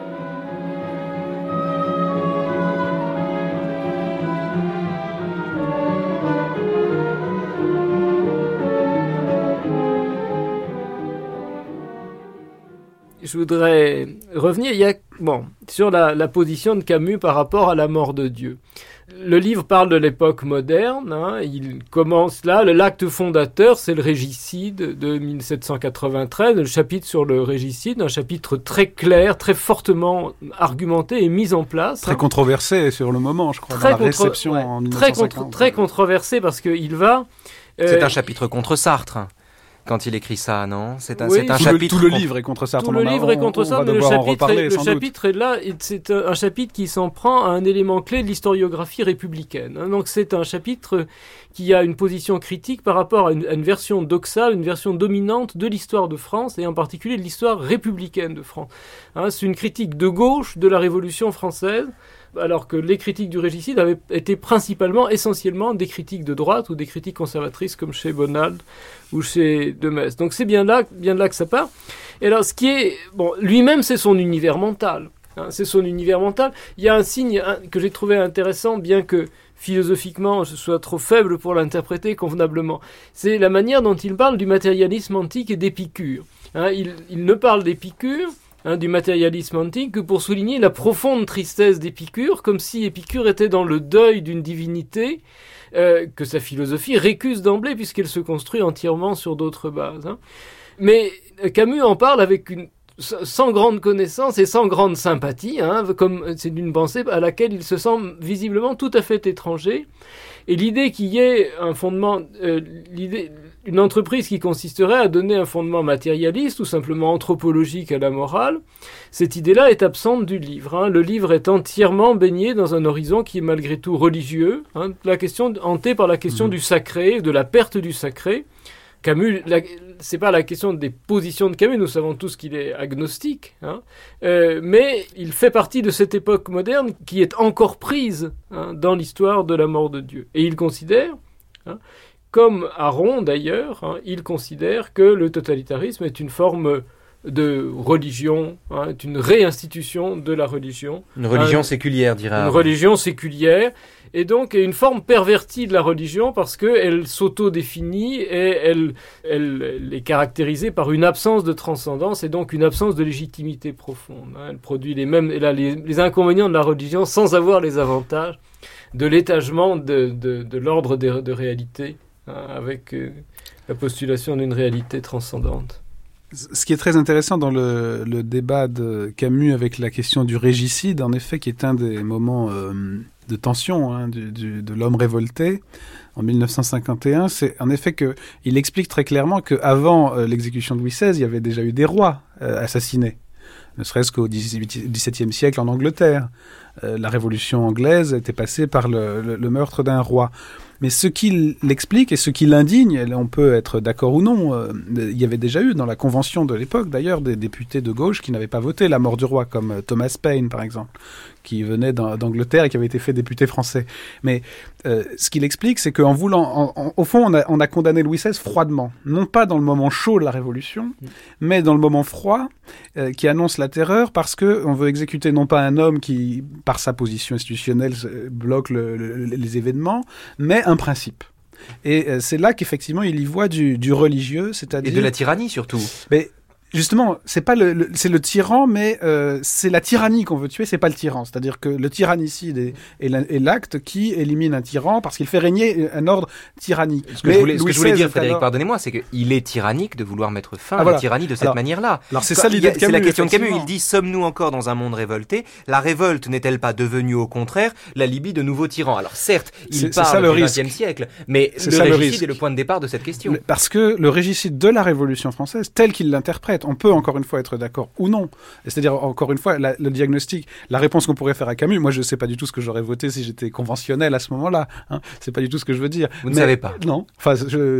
Je voudrais revenir sur la position de Camus par rapport à la mort de Dieu. Le livre parle de l'époque moderne, il commence là, l'acte fondateur, c'est le régicide de 1793, le chapitre sur le régicide, un chapitre très clair, très fortement argumenté et mis en place. Très controversé sur le moment, je crois, dans la réception en 1950. Très controversé parce qu'il va... C'est un chapitre contre Sartre. Quand il écrit ça, non ? C'est un chapitre. Tout le livre est contre Sartre. Tout le livre est contre Sartre, mais le chapitre est là. C'est un chapitre qui s'en prend à un élément clé de l'historiographie républicaine. Donc c'est un chapitre qui a une position critique par rapport à une version doxale, une version dominante de l'histoire de France, et en particulier de l'histoire républicaine de France. C'est une critique de gauche de la Révolution française, alors que les critiques du régicide avaient été essentiellement des critiques de droite ou des critiques conservatrices comme chez Bonald ou chez De Metz. Donc c'est bien là que ça part. Et alors lui-même c'est son univers mental. C'est son univers mental. Il y a un signe que j'ai trouvé intéressant, bien que philosophiquement je sois trop faible pour l'interpréter convenablement. C'est la manière dont il parle du matérialisme antique et d'Épicure. Il ne parle d'Épicure, du matérialisme antique, que pour souligner la profonde tristesse d'Épicure, comme si Épicure était dans le deuil d'une divinité que sa philosophie récuse d'emblée, puisqu'elle se construit entièrement sur d'autres bases. Mais Camus en parle avec une sans grande connaissance et sans grande sympathie, comme c'est une pensée à laquelle il se sent visiblement tout à fait étranger. Et l'idée qu'il y ait un fondement, une entreprise qui consisterait à donner un fondement matérialiste ou simplement anthropologique à la morale, cette idée-là est absente du livre. Le livre est entièrement baigné dans un horizon qui est malgré tout religieux, hanté par la question du sacré, de la perte du sacré. Camus, c'est pas la question des positions de Camus, nous savons tous qu'il est agnostique, mais il fait partie de cette époque moderne qui est encore prise dans l'histoire de la mort de Dieu. Et il considère, comme Aron d'ailleurs, il considère que le totalitarisme est une forme de religion, est une réinstitution de la religion. Une religion séculière, dirait Aron. Une religion séculière. Et donc une forme pervertie de la religion parce qu'elle s'auto-définit et elle est caractérisée par une absence de transcendance et donc une absence de légitimité profonde. Elle produit les inconvénients de la religion sans avoir les avantages de l'étagement de l'ordre de réalité avec la postulation d'une réalité transcendante. Ce qui est très intéressant dans le débat de Camus avec la question du régicide, en effet, qui est un des moments de tension de l'homme révolté en 1951, c'est en effet qu'il explique très clairement qu'avant l'exécution de Louis XVI, il y avait déjà eu des rois assassinés, ne serait-ce qu'au XVIIe siècle en Angleterre. La Révolution anglaise était passée par le meurtre d'un roi. Mais ce qui l'explique et ce qui l'indigne, on peut être d'accord ou non, il y avait déjà eu dans la convention de l'époque d'ailleurs des députés de gauche qui n'avaient pas voté la mort du roi, comme Thomas Paine par exemple, qui venait d'Angleterre et qui avait été fait député français. Mais ce qu'il explique, c'est qu'en voulant, au fond, on a condamné Louis XVI froidement, non pas dans le moment chaud de la Révolution, mais dans le moment froid qui annonce la terreur, parce que on veut exécuter non pas un homme qui, par sa position institutionnelle, bloque les événements, mais un principe. Et c'est là qu'effectivement il y voit du religieux, c'est-à-dire... Et de la tyrannie surtout. Mais justement, c'est c'est le tyran, mais c'est la tyrannie qu'on veut tuer, c'est pas le tyran. C'est-à-dire que le tyrannicide est l'acte qui élimine un tyran parce qu'il fait régner un ordre tyrannique. Ce que je voulais dire, Frédéric, pardonnez-moi, c'est qu'il est tyrannique de vouloir mettre fin à la tyrannie de cette manière-là. Alors c'est ça l'idée de Camus. C'est la question de Camus. Il dit, sommes-nous encore dans un monde révolté? La révolte n'est-elle pas devenue au contraire la Libye de nouveaux tyrans? Alors certes, il parle du XXe siècle, mais le régicide est le point de départ de cette question. Parce que le régicide de la Révolution française, tel qu'il l'interprète, on peut encore une fois être d'accord ou non. C'est-à-dire, encore une fois, le diagnostic, la réponse qu'on pourrait faire à Camus, moi je ne sais pas du tout ce que j'aurais voté si j'étais conventionnel à ce moment-là. C'est pas du tout ce que je veux dire. Vous ne savez pas? Non. Enfin,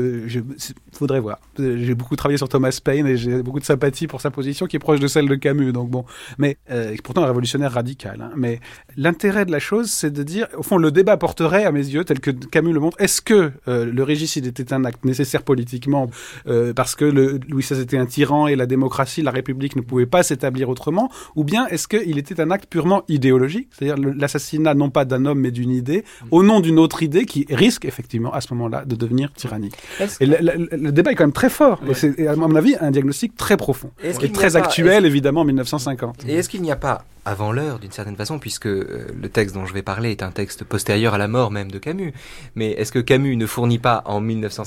faudrait voir. J'ai beaucoup travaillé sur Thomas Paine et j'ai beaucoup de sympathie pour sa position qui est proche de celle de Camus. Donc bon. Mais pourtant un révolutionnaire radical. Mais l'intérêt de la chose, c'est de dire, au fond, le débat porterait, à mes yeux, tel que Camus le montre, est-ce que le régicide était un acte nécessaire politiquement parce que Louis XVI était un tyran et la démocratie, la République ne pouvait pas s'établir autrement, ou bien est-ce qu'il était un acte purement idéologique, c'est-à-dire l'assassinat non pas d'un homme mais d'une idée, au nom d'une autre idée qui risque effectivement à ce moment-là de devenir tyrannique. Et le débat est quand même très fort, et c'est à mon avis un diagnostic très profond, et très actuel évidemment en 1950. Et est-ce qu'il n'y a pas avant l'heure, d'une certaine façon, puisque le texte dont je vais parler est un texte postérieur à la mort même de Camus. Mais est-ce que Camus ne fournit pas, en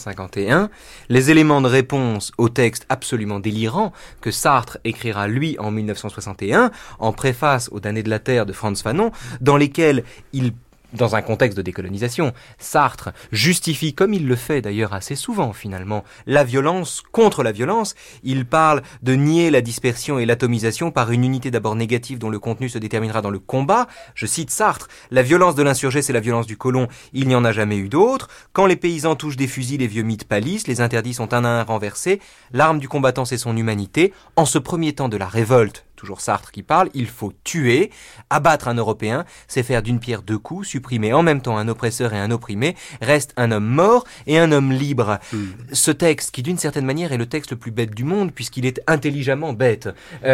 1951, les éléments de réponse au texte absolument délirant que Sartre écrira, lui, en 1961, en préface aux damnés de la terre de Frantz Fanon, dans lesquels dans un contexte de décolonisation, Sartre justifie, comme il le fait d'ailleurs assez souvent finalement, la violence contre la violence. Il parle de nier la dispersion et l'atomisation par une unité d'abord négative dont le contenu se déterminera dans le combat. Je cite Sartre, « La violence de l'insurgé, c'est la violence du colon, il n'y en a jamais eu d'autre. Quand les paysans touchent des fusils, les vieux mythes pâlissent, les interdits sont un à un renversés. L'arme du combattant, c'est son humanité. En ce premier temps de la révolte, toujours Sartre qui parle, il faut tuer. Abattre un Européen, c'est faire d'une pierre deux coups, supprimer en même temps un oppresseur et un opprimé, reste un homme mort et un homme libre. Ce texte, qui d'une certaine manière est le texte le plus bête du monde, puisqu'il est intelligemment bête.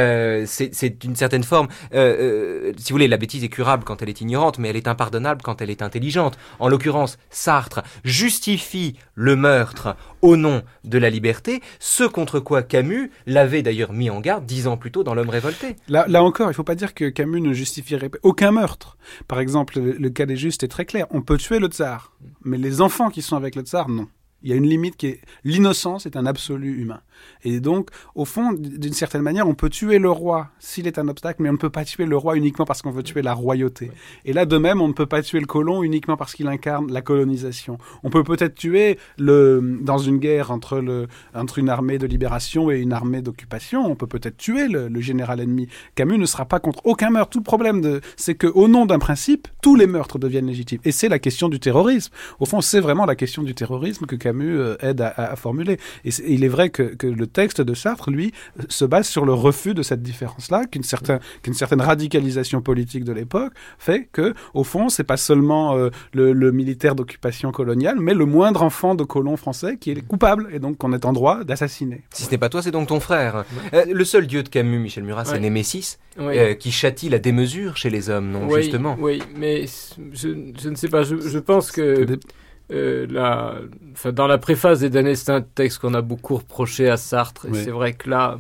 C'est d'une certaine forme, si vous voulez, la bêtise est curable quand elle est ignorante, mais elle est impardonnable quand elle est intelligente. En l'occurrence, Sartre justifie le meurtre au nom de la liberté, ce contre quoi Camus l'avait d'ailleurs mis en garde 10 ans plus tôt dans L'Homme révolté. Là encore, il ne faut pas dire que Camus ne justifierait aucun meurtre. Par exemple, le cas des Justes est très clair. On peut tuer le tsar, mais les enfants qui sont avec le tsar, non. Il y a une limite qui est... L'innocence est un absolu humain. Et donc, au fond, d'une certaine manière, on peut tuer le roi s'il est un obstacle, mais on ne peut pas tuer le roi uniquement parce qu'on veut tuer la royauté. Et là, de même, on ne peut pas tuer le colon uniquement parce qu'il incarne la colonisation. On peut peut-être tuer dans une guerre entre une armée de libération et une armée d'occupation, on peut peut-être tuer le général ennemi. Camus ne sera pas contre aucun meurtre. Tout le problème, c'est qu'au nom d'un principe, tous les meurtres deviennent légitimes. Et c'est la question du terrorisme. Au fond, c'est vraiment la question du terrorisme que Camus aide à formuler. Et il est vrai que le texte de Sartre, lui, se base sur le refus de cette différence-là, qu'une certaine radicalisation politique de l'époque fait que, au fond, c'est pas seulement le militaire d'occupation coloniale, mais le moindre enfant de colon français qui est coupable et donc qu'on est en droit d'assassiner. Si ce n'est pas toi, c'est donc ton frère. Le seul dieu de Camus, Michel Murat, c'est Némésis, qui châtie la démesure chez les hommes, non, justement. Oui, mais je ne sais pas, je pense que... dans la préface des damnés, c'est un texte qu'on a beaucoup reproché à Sartre, et c'est vrai que là,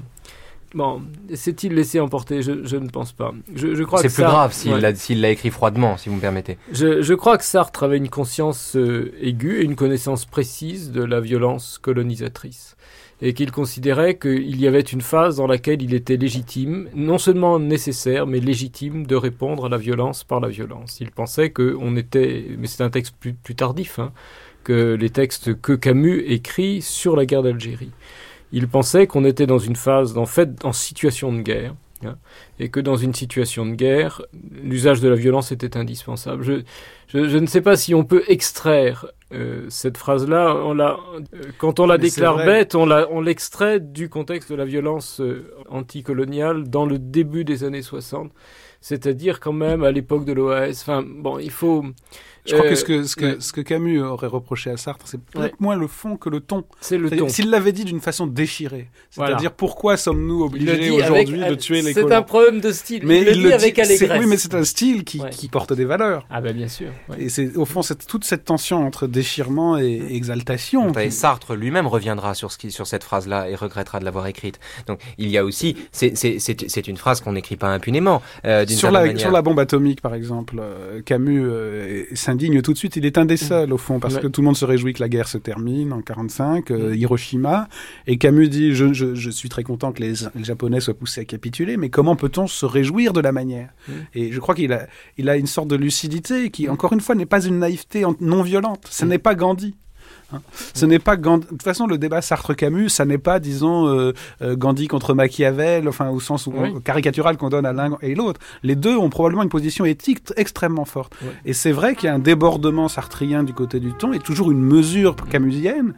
s'est-il laissé emporter? Je ne pense pas. Je crois c'est que plus grave s'il l'a écrit froidement, si vous me permettez. Je crois que Sartre avait une conscience aiguë et une connaissance précise de la violence colonisatrice, et qu'il considérait qu'il y avait une phase dans laquelle il était légitime, non seulement nécessaire, mais légitime de répondre à la violence par la violence. Il pensait mais c'est un texte plus tardif, que les textes que Camus écrit sur la guerre d'Algérie. Il pensait qu'on était dans une phase, en situation de guerre, et que dans une situation de guerre, l'usage de la violence était indispensable. Je ne sais pas si on peut extraire cette phrase-là. Quand on la déclare bête, on l'extrait du contexte de la violence anticoloniale dans le début des années 60, c'est-à-dire quand même à l'époque de l'OAS. Il faut... Je crois que ce que Camus aurait reproché à Sartre, c'est peut-être moins le fond que le ton. C'est le ton. S'il l'avait dit d'une façon déchirée, c'est-à-dire pourquoi sommes-nous obligés aujourd'hui de tuer les colons. C'est un problème de style. Mais il le dit avec allégresse. Oui, mais c'est un style qui porte des valeurs. Ah bien sûr. Ouais. Et au fond, c'est toute cette tension entre déchirement et exaltation. Et Sartre lui-même reviendra sur cette phrase-là et regrettera de l'avoir écrite. Donc il y a aussi, c'est une phrase qu'on n'écrit pas impunément. Sur la bombe atomique, par exemple, Camus s'indigne tout de suite. Il est un des seuls, au fond, parce que tout le monde se réjouit que la guerre se termine en 1945, Hiroshima, et Camus dit je suis très content que les Japonais soient poussés à capituler, mais comment peut-on se réjouir de la manière? Et je crois qu'il a une sorte de lucidité qui, encore une fois, n'est pas une naïveté non violente. Ce n'est pas Gandhi. Ce n'est pas Gandhi. De toute façon, le débat Sartre-Camus, ça n'est pas, disons, Gandhi contre Machiavel, au sens caricatural qu'on donne à l'un et l'autre. Les deux ont probablement une position éthique extrêmement forte. Ouais. Et c'est vrai qu'il y a un débordement sartrien du côté du ton et toujours une mesure camusienne.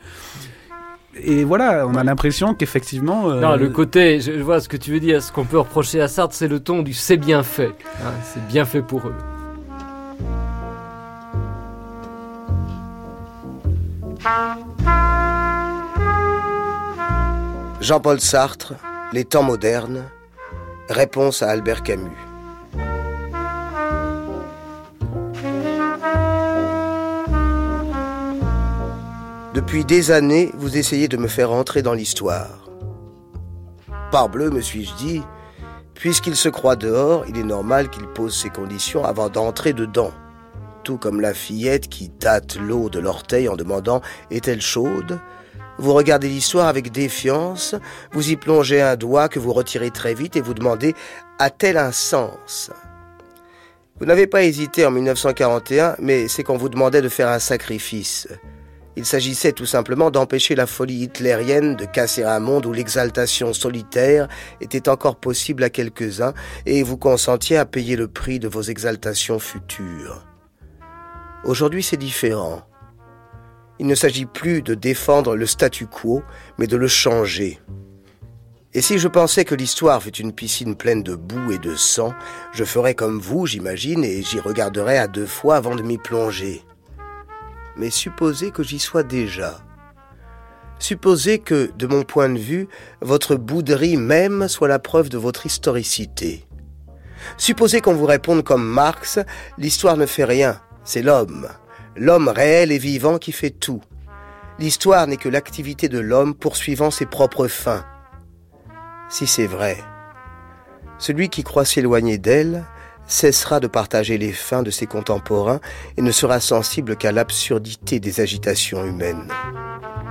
Et voilà, on a l'impression qu'effectivement... Non, le côté, je vois ce que tu veux dire, ce qu'on peut reprocher à Sartre, c'est le ton du « c'est bien fait ». C'est bien fait pour eux. Jean-Paul Sartre, Les temps modernes, réponse à Albert Camus. Depuis des années, vous essayez de me faire entrer dans l'histoire. Parbleu, me suis-je dit, puisqu'il se croit dehors, il est normal qu'il pose ses conditions avant d'entrer dedans. Tout comme la fillette qui tâte l'eau de l'orteil en demandant « est-elle chaude ?» Vous regardez l'histoire avec défiance, vous y plongez un doigt que vous retirez très vite et vous demandez « a-t-elle un sens ?» Vous n'avez pas hésité en 1941, mais c'est qu'on vous demandait de faire un sacrifice. Il s'agissait tout simplement d'empêcher la folie hitlérienne de casser un monde où l'exaltation solitaire était encore possible à quelques-uns et vous consentiez à payer le prix de vos exaltations futures. Aujourd'hui, c'est différent. Il ne s'agit plus de défendre le statu quo, mais de le changer. Et si je pensais que l'histoire fut une piscine pleine de boue et de sang, je ferais comme vous, j'imagine, et j'y regarderais à 2 fois avant de m'y plonger. Mais supposez que j'y sois déjà. Supposez que, de mon point de vue, votre bouderie même soit la preuve de votre historicité. Supposez qu'on vous réponde comme Marx, l'histoire ne fait rien. C'est l'homme réel et vivant qui fait tout. L'histoire n'est que l'activité de l'homme poursuivant ses propres fins. Si c'est vrai, celui qui croit s'éloigner d'elle cessera de partager les fins de ses contemporains et ne sera sensible qu'à l'absurdité des agitations humaines.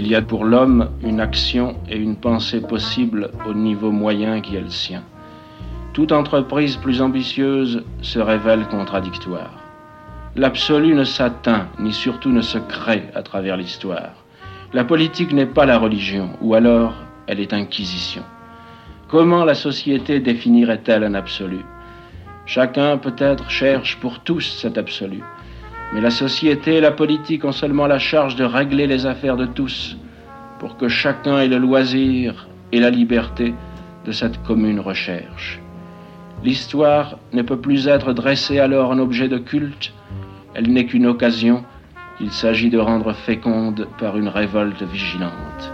Il y a pour l'homme une action et une pensée possible au niveau moyen qui est le sien. Toute entreprise plus ambitieuse se révèle contradictoire. L'absolu ne s'atteint, ni surtout ne se crée à travers l'histoire. La politique n'est pas la religion, ou alors elle est inquisition. Comment la société définirait-elle un absolu ? Chacun peut-être cherche pour tous cet absolu. Mais la société et la politique ont seulement la charge de régler les affaires de tous, pour que chacun ait le loisir et la liberté de cette commune recherche. L'histoire ne peut plus être dressée alors en objet de culte, elle n'est qu'une occasion qu'il s'agit de rendre féconde par une révolte vigilante.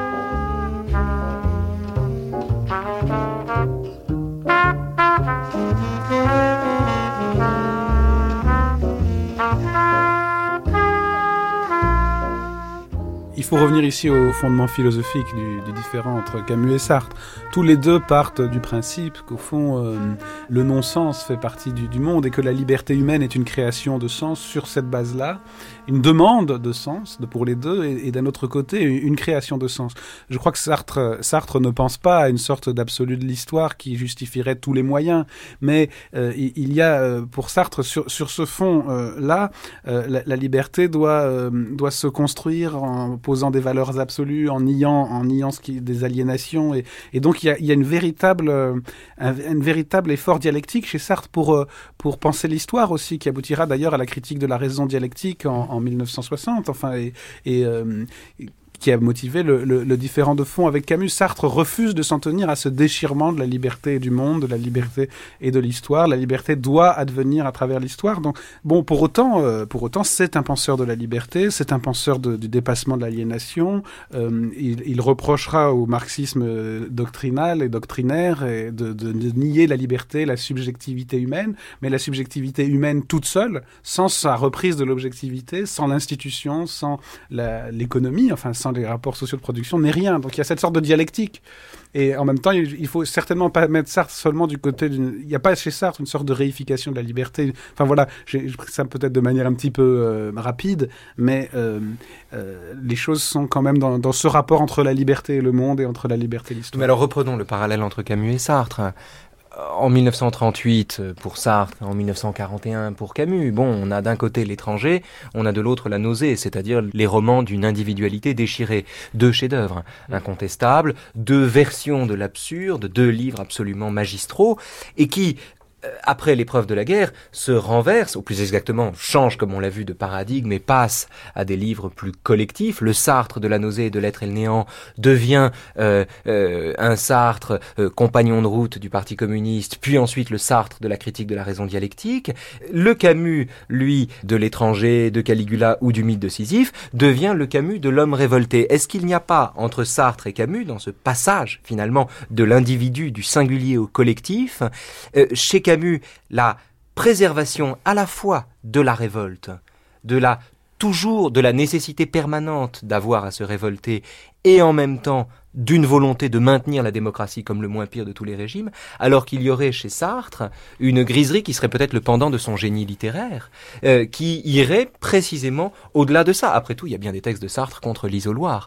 Il faut revenir ici au fondement philosophique du différend entre Camus et Sartre. Tous les deux partent du principe qu'au fond, le non-sens fait partie du monde et que la liberté humaine est une création de sens sur cette base-là, une demande de sens pour les deux et d'un autre côté, une création de sens. Je crois que Sartre ne pense pas à une sorte d'absolu de l'histoire qui justifierait tous les moyens, mais il y a pour Sartre, sur ce fond-là, la liberté doit se construire en posant des valeurs absolues, en niant des aliénations, et donc il y a un véritable effort dialectique chez Sartre pour penser l'histoire aussi, qui aboutira d'ailleurs à la critique de la raison dialectique en 1960, qui a motivé le différend de fond avec Camus. Sartre refuse de s'en tenir à ce déchirement de la liberté et du monde, de la liberté et de l'histoire. La liberté doit advenir à travers l'histoire. Donc, bon, pour autant, c'est un penseur de la liberté, c'est un penseur du dépassement de l'aliénation. Il reprochera au marxisme doctrinal et doctrinaire de nier la liberté, la subjectivité humaine, mais la subjectivité humaine toute seule, sans sa reprise de l'objectivité, sans l'institution, sans l'économie, enfin sans les rapports sociaux de production, n'est rien. Donc il y a cette sorte de dialectique. Et en même temps, il faut certainement pas mettre Sartre seulement du côté d'une... Il n'y a pas chez Sartre une sorte de réification de la liberté. Enfin voilà, j'ai pris ça peut-être de manière un petit peu rapide, mais les choses sont quand même dans ce rapport entre la liberté et le monde et entre la liberté et l'histoire. Mais alors reprenons le parallèle entre Camus et Sartre. En 1938 pour Sartre, en 1941 pour Camus. Bon, on a d'un côté l'étranger, on a de l'autre la nausée, c'est-à-dire les romans d'une individualité déchirée. Deux chefs-d'œuvre incontestables, deux versions de l'absurde, deux livres absolument magistraux, et qui, après l'épreuve de la guerre, se renverse, ou plus exactement change, comme on l'a vu, de paradigme et passe à des livres plus collectifs. Le Sartre de la nausée et de l'être et le néant devient un Sartre compagnon de route du Parti communiste, puis ensuite le Sartre de la critique de la raison dialectique. Le Camus, lui, de l'étranger, de Caligula ou du mythe de Sisyphe, devient le Camus de l'homme révolté. Est-ce qu'il n'y a pas entre Sartre et Camus, dans ce passage finalement de l'individu, du singulier au collectif, chez Camus, la préservation à la fois de la révolte, toujours de la nécessité permanente d'avoir à se révolter, et en même temps d'une volonté de maintenir la démocratie comme le moins pire de tous les régimes, alors qu'il y aurait chez Sartre une griserie qui serait peut-être le pendant de son génie littéraire, qui irait précisément au-delà de ça. Après tout, il y a bien des textes de Sartre contre l'isoloir,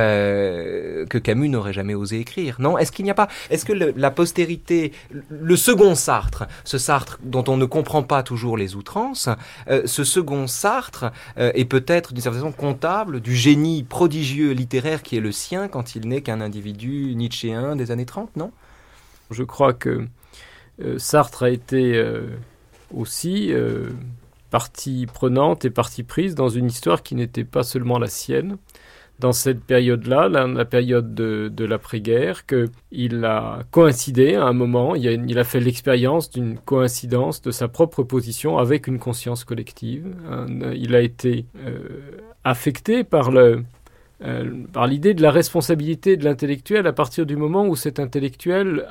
que Camus n'aurait jamais osé écrire. Non, est-ce que la postérité, le second Sartre, ce Sartre dont on ne comprend pas toujours les outrances, ce second Sartre est peut-être d'une certaine façon comptable du génie prodigieux littéraire qui est le sien quand il n'est qu'un individu nietzschéen des années 30, non ? Je crois que Sartre a été aussi partie prenante et partie prise dans une histoire qui n'était pas seulement la sienne. Dans cette période-là, la période de l'après-guerre, qu'il a coïncidé à un moment, il a fait l'expérience d'une coïncidence de sa propre position avec une conscience collective. Il a été affecté par l'idée de la responsabilité de l'intellectuel à partir du moment où cet intellectuel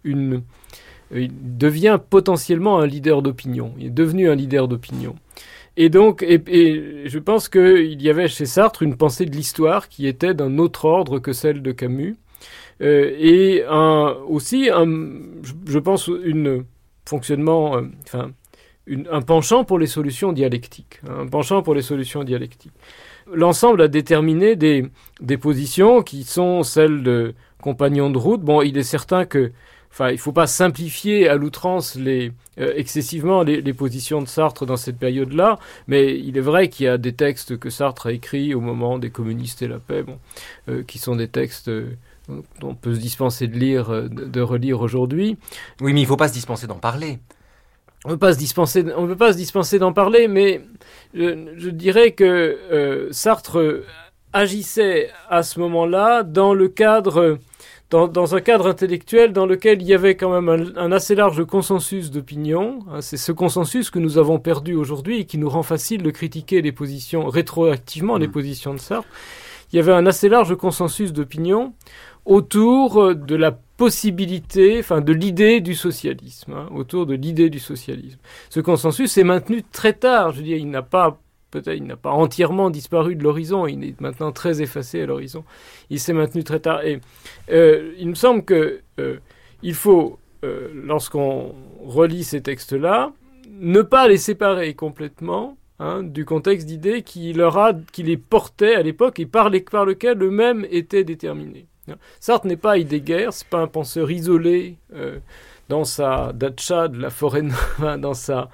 il devient potentiellement un leader d'opinion. Il est devenu un leader d'opinion. Et donc, et je pense qu'il y avait chez Sartre une pensée de l'histoire qui était d'un autre ordre que celle de Camus, et je pense, un penchant pour les solutions dialectiques. l'ensemble a déterminé des positions qui sont celles de compagnons de route. Bon, il est certain que, il ne faut pas simplifier à l'outrance excessivement les positions de Sartre dans cette période-là, mais il est vrai qu'il y a des textes que Sartre a écrits au moment des communistes et la paix, qui sont des textes dont on peut se dispenser de lire, de relire aujourd'hui. Oui, mais il ne faut pas se dispenser d'en parler. On ne peut pas se dispenser d'en parler, mais je dirais que Sartre agissait à ce moment-là dans un cadre intellectuel dans lequel il y avait quand même un assez large consensus d'opinion. C'est ce consensus que nous avons perdu aujourd'hui et qui nous rend facile de critiquer les positions, rétroactivement les positions de Sartre. Il y avait un assez large consensus d'opinion autour de la possibilité, de l'idée du socialisme, autour de l'idée du socialisme. Ce consensus est maintenu très tard. Je veux dire, il n'a pas entièrement disparu de l'horizon. Il est maintenant très effacé à l'horizon. Il s'est maintenu très tard. Et il me semble que il faut, lorsqu'on relit ces textes-là, ne pas les séparer complètement du contexte d'idées qui les portait à l'époque et par lequel eux-mêmes étaient déterminés. Sartre n'est pas Heidegger, c'est pas un penseur isolé dans sa datcha de la forêt noire, dans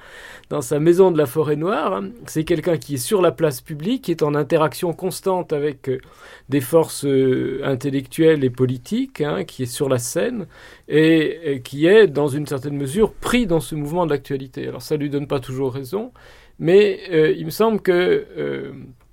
sa maison de la forêt noire. C'est quelqu'un qui est sur la place publique, qui est en interaction constante avec des forces intellectuelles et politiques, qui est sur la scène et qui est, dans une certaine mesure, pris dans ce mouvement de l'actualité. Alors ça lui donne pas toujours raison, mais il me semble que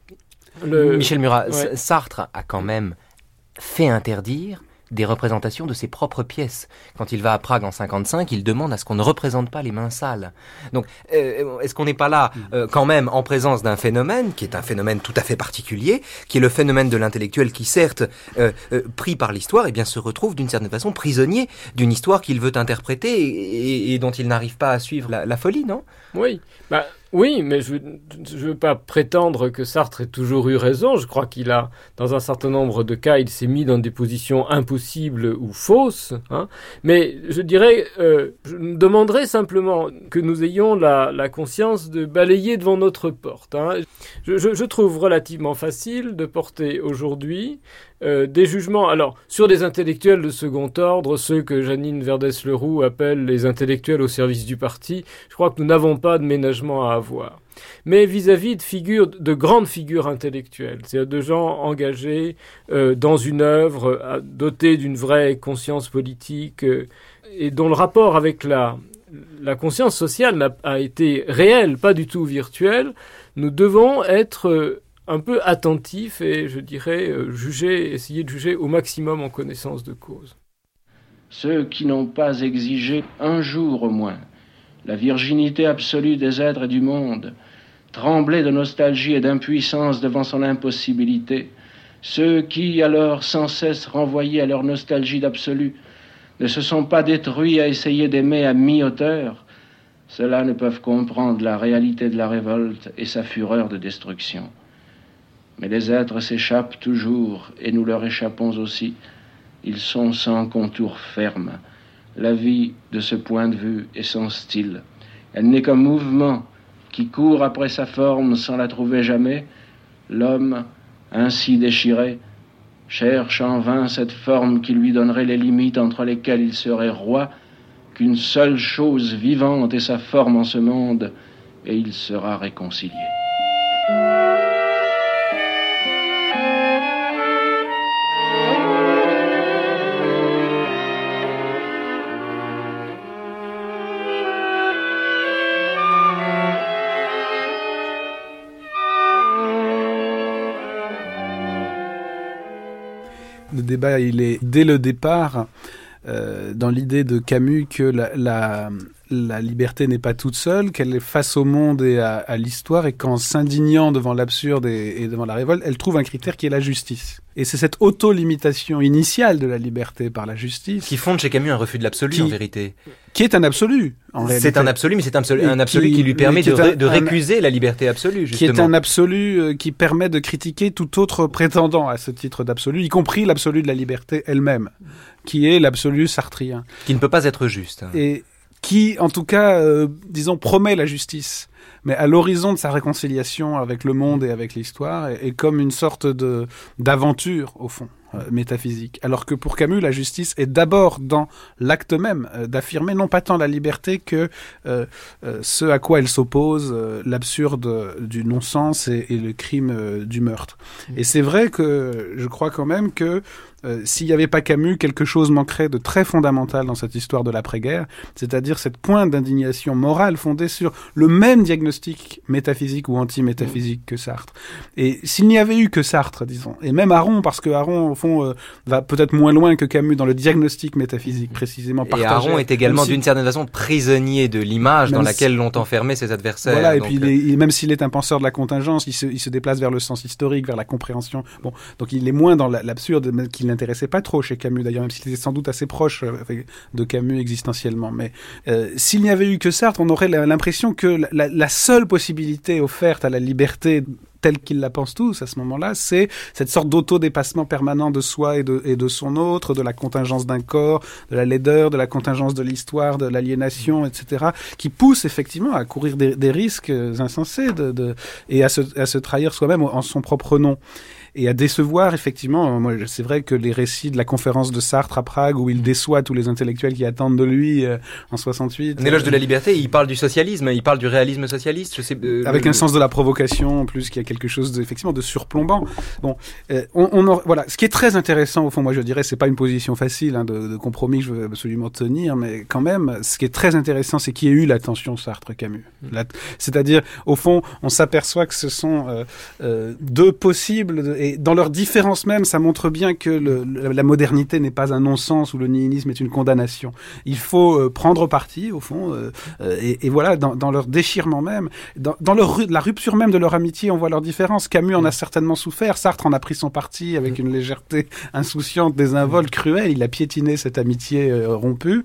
Michel Murat, Ouais. Sartre a quand même fait interdire des représentations de ses propres pièces. Quand il va à Prague en 55, il demande à ce qu'on ne représente pas les mains sales. Donc, est-ce qu'on n'est pas là, quand même, en présence d'un phénomène, qui est un phénomène tout à fait particulier, qui est le phénomène de l'intellectuel qui, certes, pris par l'histoire, se retrouve d'une certaine façon prisonnier d'une histoire qu'il veut interpréter et dont il n'arrive pas à suivre la folie, non ? Oui, mais je veux pas prétendre que Sartre ait toujours eu raison. Je crois qu'il a, dans un certain nombre de cas, il s'est mis dans des positions impossibles ou fausses. Mais je dirais, je me demanderais simplement que nous ayons la conscience de balayer devant notre porte. Je trouve relativement facile de porter aujourd'hui des jugements, alors, sur des intellectuels de second ordre, ceux que Jeannine Verdès-Leroux appelle les intellectuels au service du parti. Je crois que nous n'avons pas de ménagement à avoir. Mais vis-à-vis de grandes figures intellectuelles, c'est-à-dire de gens engagés dans une œuvre, dotés d'une vraie conscience politique, et dont le rapport avec la conscience sociale a été réel, pas du tout virtuel, nous devons être un peu attentif et, je dirais, essayer de juger au maximum en connaissance de cause. Ceux qui n'ont pas exigé un jour au moins la virginité absolue des êtres et du monde, tremblaient de nostalgie et d'impuissance devant son impossibilité, ceux qui, alors sans cesse renvoyés à leur nostalgie d'absolu, ne se sont pas détruits à essayer d'aimer à mi-hauteur, ceux-là ne peuvent comprendre la réalité de la révolte et sa fureur de destruction. Mais les êtres s'échappent toujours, et nous leur échappons aussi. Ils sont sans contour ferme. La vie, de ce point de vue, est sans style. Elle n'est qu'un mouvement qui court après sa forme sans la trouver jamais. L'homme, ainsi déchiré, cherche en vain cette forme qui lui donnerait les limites entre lesquelles il serait roi, qu'une seule chose vivante est sa forme en ce monde, et il sera réconcilié. Le débat, il est dès le départ dans l'idée de Camus que la liberté n'est pas toute seule, qu'elle est face au monde et à l'histoire, et qu'en s'indignant devant l'absurde et devant la révolte, elle trouve un critère qui est la justice. Et c'est cette auto-limitation initiale de la liberté par la justice qui fonde chez Camus un refus de l'absolu, en vérité. Qui est un absolu, en réalité. C'est un absolu, mais c'est un absolu qui lui permet de récuser la liberté absolue, justement. Qui est un absolu qui permet de critiquer tout autre prétendant à ce titre d'absolu, y compris l'absolu de la liberté elle-même, qui est l'absolu sartrien. Qui ne peut pas être juste. Et qui, en tout cas, disons, promet la justice mais à l'horizon de sa réconciliation avec le monde et avec l'histoire, et comme une sorte d'aventure, au fond, métaphysique. Alors que pour Camus, la justice est d'abord dans l'acte même d'affirmer non pas tant la liberté que ce à quoi elle s'oppose, l'absurde du non-sens et le crime du meurtre. Et c'est vrai que je crois quand même que s'il n'y avait pas Camus, quelque chose manquerait de très fondamental dans cette histoire de l'après-guerre, c'est-à-dire cette pointe d'indignation morale fondée sur le même diagnostic métaphysique ou anti-métaphysique que Sartre. Et s'il n'y avait eu que Sartre, disons, et même Aron, parce que Aron, au fond, va peut-être moins loin que Camus dans le diagnostic métaphysique, précisément partagé. Et Aron est également, d'une certaine façon, prisonnier de l'image dans laquelle l'ont enfermé ses adversaires. Voilà, donc, et puis même s'il est un penseur de la contingence, il se déplace vers le sens historique, vers la compréhension. Bon, donc il est moins dans l'absurde, qu'il n'intéressait pas trop chez Camus d'ailleurs, même s'il était sans doute assez proche de Camus existentiellement. Mais s'il n'y avait eu que Sartre, on aurait l'impression que la seule possibilité offerte à la liberté telle qu'ils la pensent tous à ce moment-là, c'est cette sorte d'auto-dépassement permanent de soi et de son autre, de la contingence d'un corps, de la laideur, de la contingence de l'histoire, de l'aliénation, etc., qui pousse effectivement à courir des risques insensés et à se trahir soi-même en son propre nom. Et à décevoir, effectivement, moi, c'est vrai que les récits de la conférence de Sartre à Prague, où il déçoit tous les intellectuels qui attendent de lui en 68. Un éloge de la liberté, il parle du socialisme, il parle du réalisme socialiste, je sais. Avec un sens de la provocation, en plus, qui a quelque chose effectivement de surplombant. Bon, voilà. Ce qui est très intéressant, au fond, moi je dirais, c'est pas une position facile de compromis que je veux absolument tenir, mais quand même, ce qui est très intéressant, c'est qu'il y ait eu la tension Sartre-Camus. C'est-à-dire, au fond, on s'aperçoit que ce sont deux possibles. Et dans leur différence même, ça montre bien que la modernité n'est pas un non-sens ou le nihilisme est une condamnation. Il faut prendre parti, au fond, et voilà, dans leur déchirement même, dans la rupture même de leur amitié, on voit leur différence. Camus en a certainement souffert, Sartre en a pris son parti avec une légèreté insouciante, désinvolte, cruelle. Il a piétiné cette amitié rompue,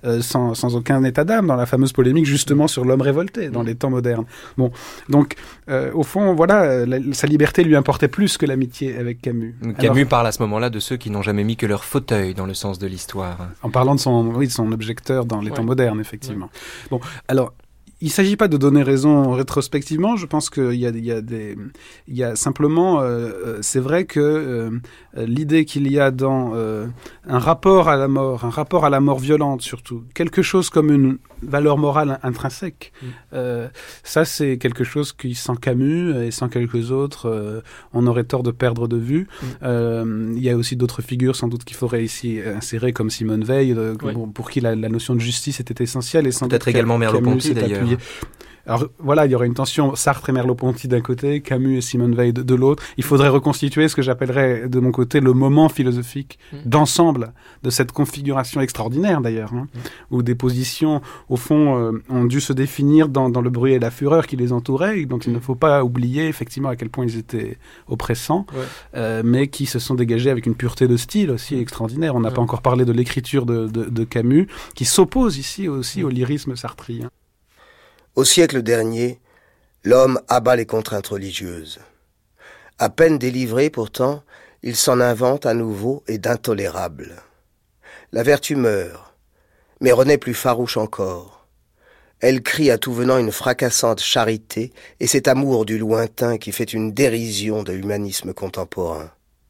sans aucun état d'âme, dans la fameuse polémique justement sur l'homme révolté, dans les temps modernes. Bon, donc, au fond, voilà, sa liberté lui importait plus que l'amitié avec Camus. Camus parle à ce moment-là de ceux qui n'ont jamais mis que leur fauteuil dans le sens de l'histoire. En parlant de son objecteur dans les temps modernes, effectivement. Ouais. Bon, alors, il ne s'agit pas de donner raison rétrospectivement. Je pense qu'il y a simplement, c'est vrai que l'idée qu'il y a dans un rapport à la mort violente surtout, quelque chose comme une valeur morale intrinsèque. Ça, c'est quelque chose qui, sans Camus et sans quelques autres, on aurait tort de perdre de vue. Il y a aussi d'autres figures, sans doute, qu'il faudrait ici insérer, comme Simone Veil, pour qui la notion de justice était essentielle. Et sans peut-être également Merleau-Ponty, d'ailleurs. Alors voilà, il y aurait une tension Sartre et Merleau-Ponty d'un côté, Camus et Simone Veil de l'autre. Il faudrait reconstituer ce que j'appellerais de mon côté le moment philosophique d'ensemble de cette configuration extraordinaire d'ailleurs, où des positions au fond ont dû se définir dans le bruit et la fureur qui les entourait, dont il ne faut pas oublier effectivement à quel point ils étaient oppressants, mais qui se sont dégagés avec une pureté de style aussi extraordinaire. On n'a pas encore parlé de l'écriture de Camus, qui s'oppose ici aussi au lyrisme sartrien. Au siècle dernier, l'homme abat les contraintes religieuses. À peine délivré, pourtant, il s'en invente à nouveau et d'intolérables. La vertu meurt, mais renaît plus farouche encore. Elle crie à tout venant une fracassante charité et cet amour du lointain qui fait une dérision de l'humanisme contemporain.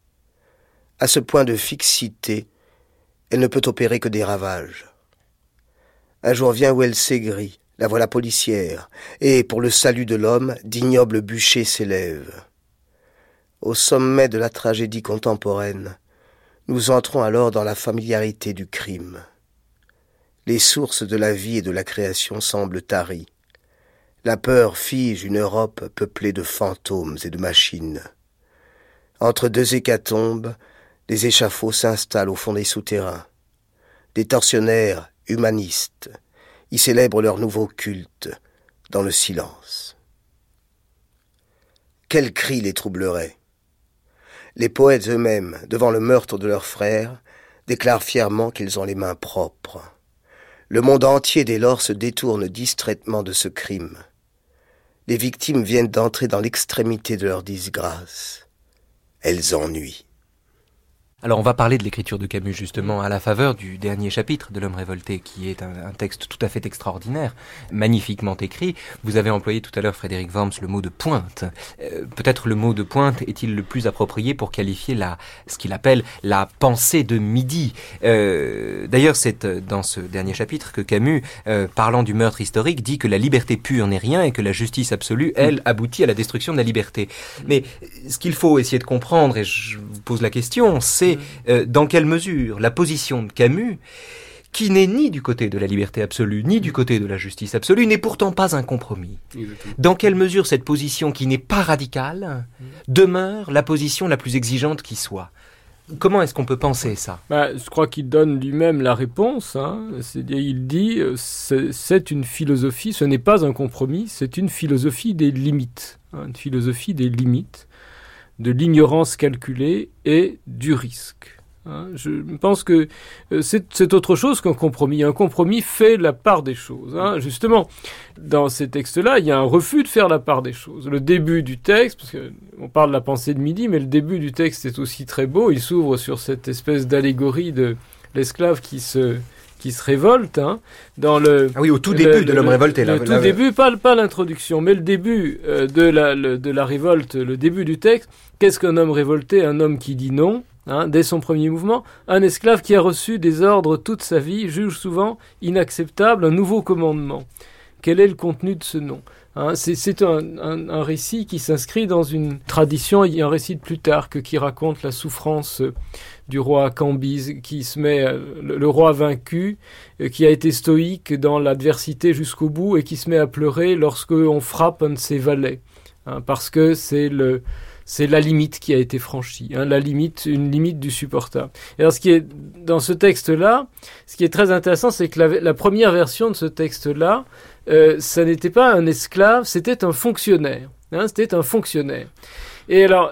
À ce point de fixité, elle ne peut opérer que des ravages. Un jour vient où elle s'aigrit, la voilà policière, et pour le salut de l'homme, d'ignobles bûchers s'élèvent. Au sommet de la tragédie contemporaine, nous entrons alors dans la familiarité du crime. Les sources de la vie et de la création semblent taries. La peur fige une Europe peuplée de fantômes et de machines. Entre deux hécatombes, des échafauds s'installent au fond des souterrains. Des tortionnaires humanistes y célèbrent leur nouveau culte dans le silence. Quel cri les troublerait? Les poètes eux-mêmes, devant le meurtre de leurs frères, déclarent fièrement qu'ils ont les mains propres. Le monde entier dès lors se détourne distraitement de ce crime. Les victimes viennent d'entrer dans l'extrémité de leur disgrâce. Elles ennuient. Alors on va parler de l'écriture de Camus justement à la faveur du dernier chapitre de L'Homme révolté, qui est un texte tout à fait extraordinaire, magnifiquement écrit. Vous avez employé tout à l'heure, Frédéric Worms, le mot de pointe. Peut-être le mot de pointe est-il le plus approprié pour qualifier ce qu'il appelle la pensée de midi. D'ailleurs, c'est dans ce dernier chapitre que Camus, parlant du meurtre historique, dit que la liberté pure n'est rien et que la justice absolue, elle, aboutit à la destruction de la liberté. Mais ce qu'il faut essayer de comprendre, et je vous pose la question, c'est dans quelle mesure la position de Camus, qui n'est ni du côté de la liberté absolue, ni du côté de la justice absolue, n'est pourtant pas un compromis. Exactement. Dans quelle mesure cette position qui n'est pas radicale demeure la position la plus exigeante qui soit? Comment est-ce qu'on peut penser ça? Je crois qu'il donne lui-même la réponse. Il dit c'est une philosophie, ce n'est pas un compromis, c'est une philosophie des limites. Une philosophie des limites, de l'ignorance calculée et du risque. Je pense que c'est autre chose qu'un compromis. Un compromis fait la part des choses. Justement, dans ces textes-là, il y a un refus de faire la part des choses. Le début du texte, parce qu'on parle de la pensée de midi, mais le début du texte est aussi très beau. Il s'ouvre sur cette espèce d'allégorie de l'esclave qui se révolte. Au tout début de L'Homme révolté. Le tout début, pas l'introduction, mais le début de la révolte, le début du texte. Qu'est-ce qu'un homme révolté? Un homme qui dit non. Dès son premier mouvement, un esclave qui a reçu des ordres toute sa vie juge souvent inacceptable un nouveau commandement. Quel est le contenu de ce non? C'est un récit qui s'inscrit dans une tradition. Il y a un récit de Plutarque qui raconte la souffrance du roi Cambyse, qui se met, le roi vaincu, qui a été stoïque dans l'adversité jusqu'au bout et qui se met à pleurer lorsqu'on frappe un de ses valets, parce que c'est la limite qui a été franchie, une limite du supportable. Et alors, dans ce texte-là, ce qui est très intéressant, c'est que la première version de ce texte-là, ça n'était pas un esclave, c'était un fonctionnaire. C'était un fonctionnaire. Et alors,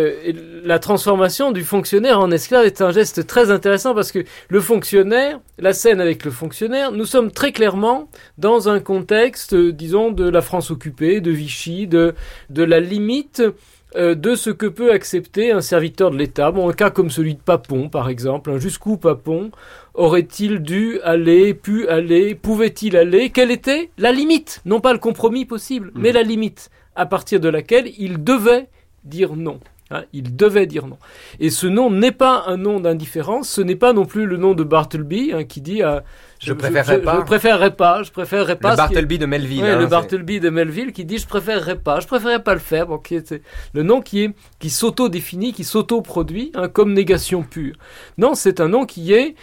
la transformation du fonctionnaire en esclave est un geste très intéressant parce que le fonctionnaire, la scène avec le fonctionnaire, nous sommes très clairement dans un contexte, disons, de la France occupée, de Vichy, de la limite de ce que peut accepter un serviteur de l'État. Un cas comme celui de Papon, par exemple. Jusqu'où Papon aurait-il pu aller, pouvait-il aller? Quelle était la limite? Non pas le compromis possible, mais la limite à partir de laquelle il devait dire non. Il devait dire non. Et ce non n'est pas un non d'indifférence, ce n'est pas non plus le nom de Bartleby qui dit je préférerais pas. Le Bartleby de Melville. Le Bartleby de Melville qui dit je préférerais pas le faire. C'est le nom qui s'auto-définit, qui s'auto-produit comme négation pure. Non, c'est un nom qui est,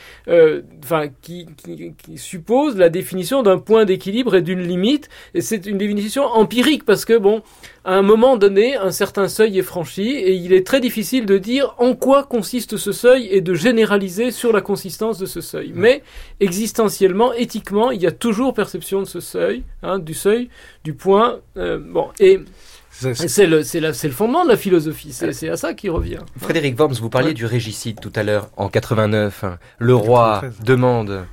qui suppose la définition d'un point d'équilibre et d'une limite. Et c'est une définition empirique parce que à un moment donné, un certain seuil est franchi et il est très difficile de dire en quoi consiste ce seuil et de généraliser sur la consistance de ce seuil. Mais existentiellement, éthiquement, il y a toujours perception de ce seuil, du point. C'est le fondement de la philosophie, c'est à ça qu'il revient. Frédéric Worms, vous parliez du régicide tout à l'heure, en 89, le roi demande,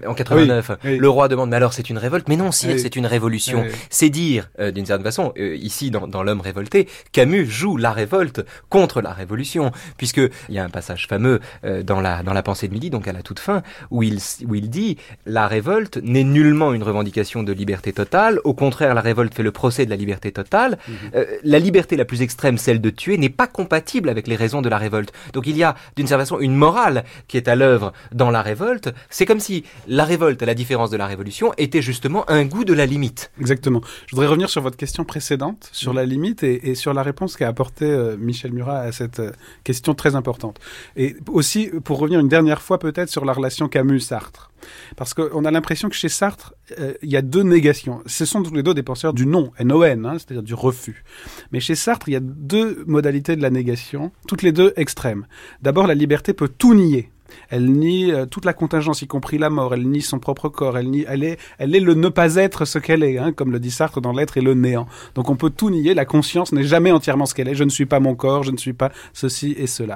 le roi demande, mais alors c'est une révolte? Mais non, sire, c'est une révolution. C'est dire, d'une certaine façon, ici dans L'Homme révolté, Camus joue la révolte contre la révolution, puisque il y a un passage fameux dans la pensée de midi, donc à la toute fin, où il dit, la révolte n'est nullement une revendication de liberté totale, au contraire, la révolte fait le procès de la liberté totale. La liberté la plus extrême, celle de tuer, n'est pas compatible avec les raisons de la révolte. Donc il y a, d'une certaine façon, une morale qui est à l'œuvre dans la révolte. C'est comme si la révolte, à la différence de la révolution, était justement un goût de la limite. Exactement. Je voudrais revenir sur votre question précédente, sur la limite, et sur la réponse qu'a apportée Michel Murat à cette question très importante. Et aussi, pour revenir une dernière fois peut-être sur la relation Camus-Sartre. Parce qu'on a l'impression que chez Sartre, il y a deux négations. Ce sont tous les deux des penseurs du non, N-O-N, c'est-à-dire du refus. Mais chez Sartre, il y a deux modalités de la négation, toutes les deux extrêmes. D'abord, la liberté peut tout nier. Elle nie toute la contingence, y compris la mort. Elle nie son propre corps. Elle est le ne pas être ce qu'elle est, comme le dit Sartre dans L'être et le néant. Donc on peut tout nier. La conscience n'est jamais entièrement ce qu'elle est. Je ne suis pas mon corps, je ne suis pas ceci et cela.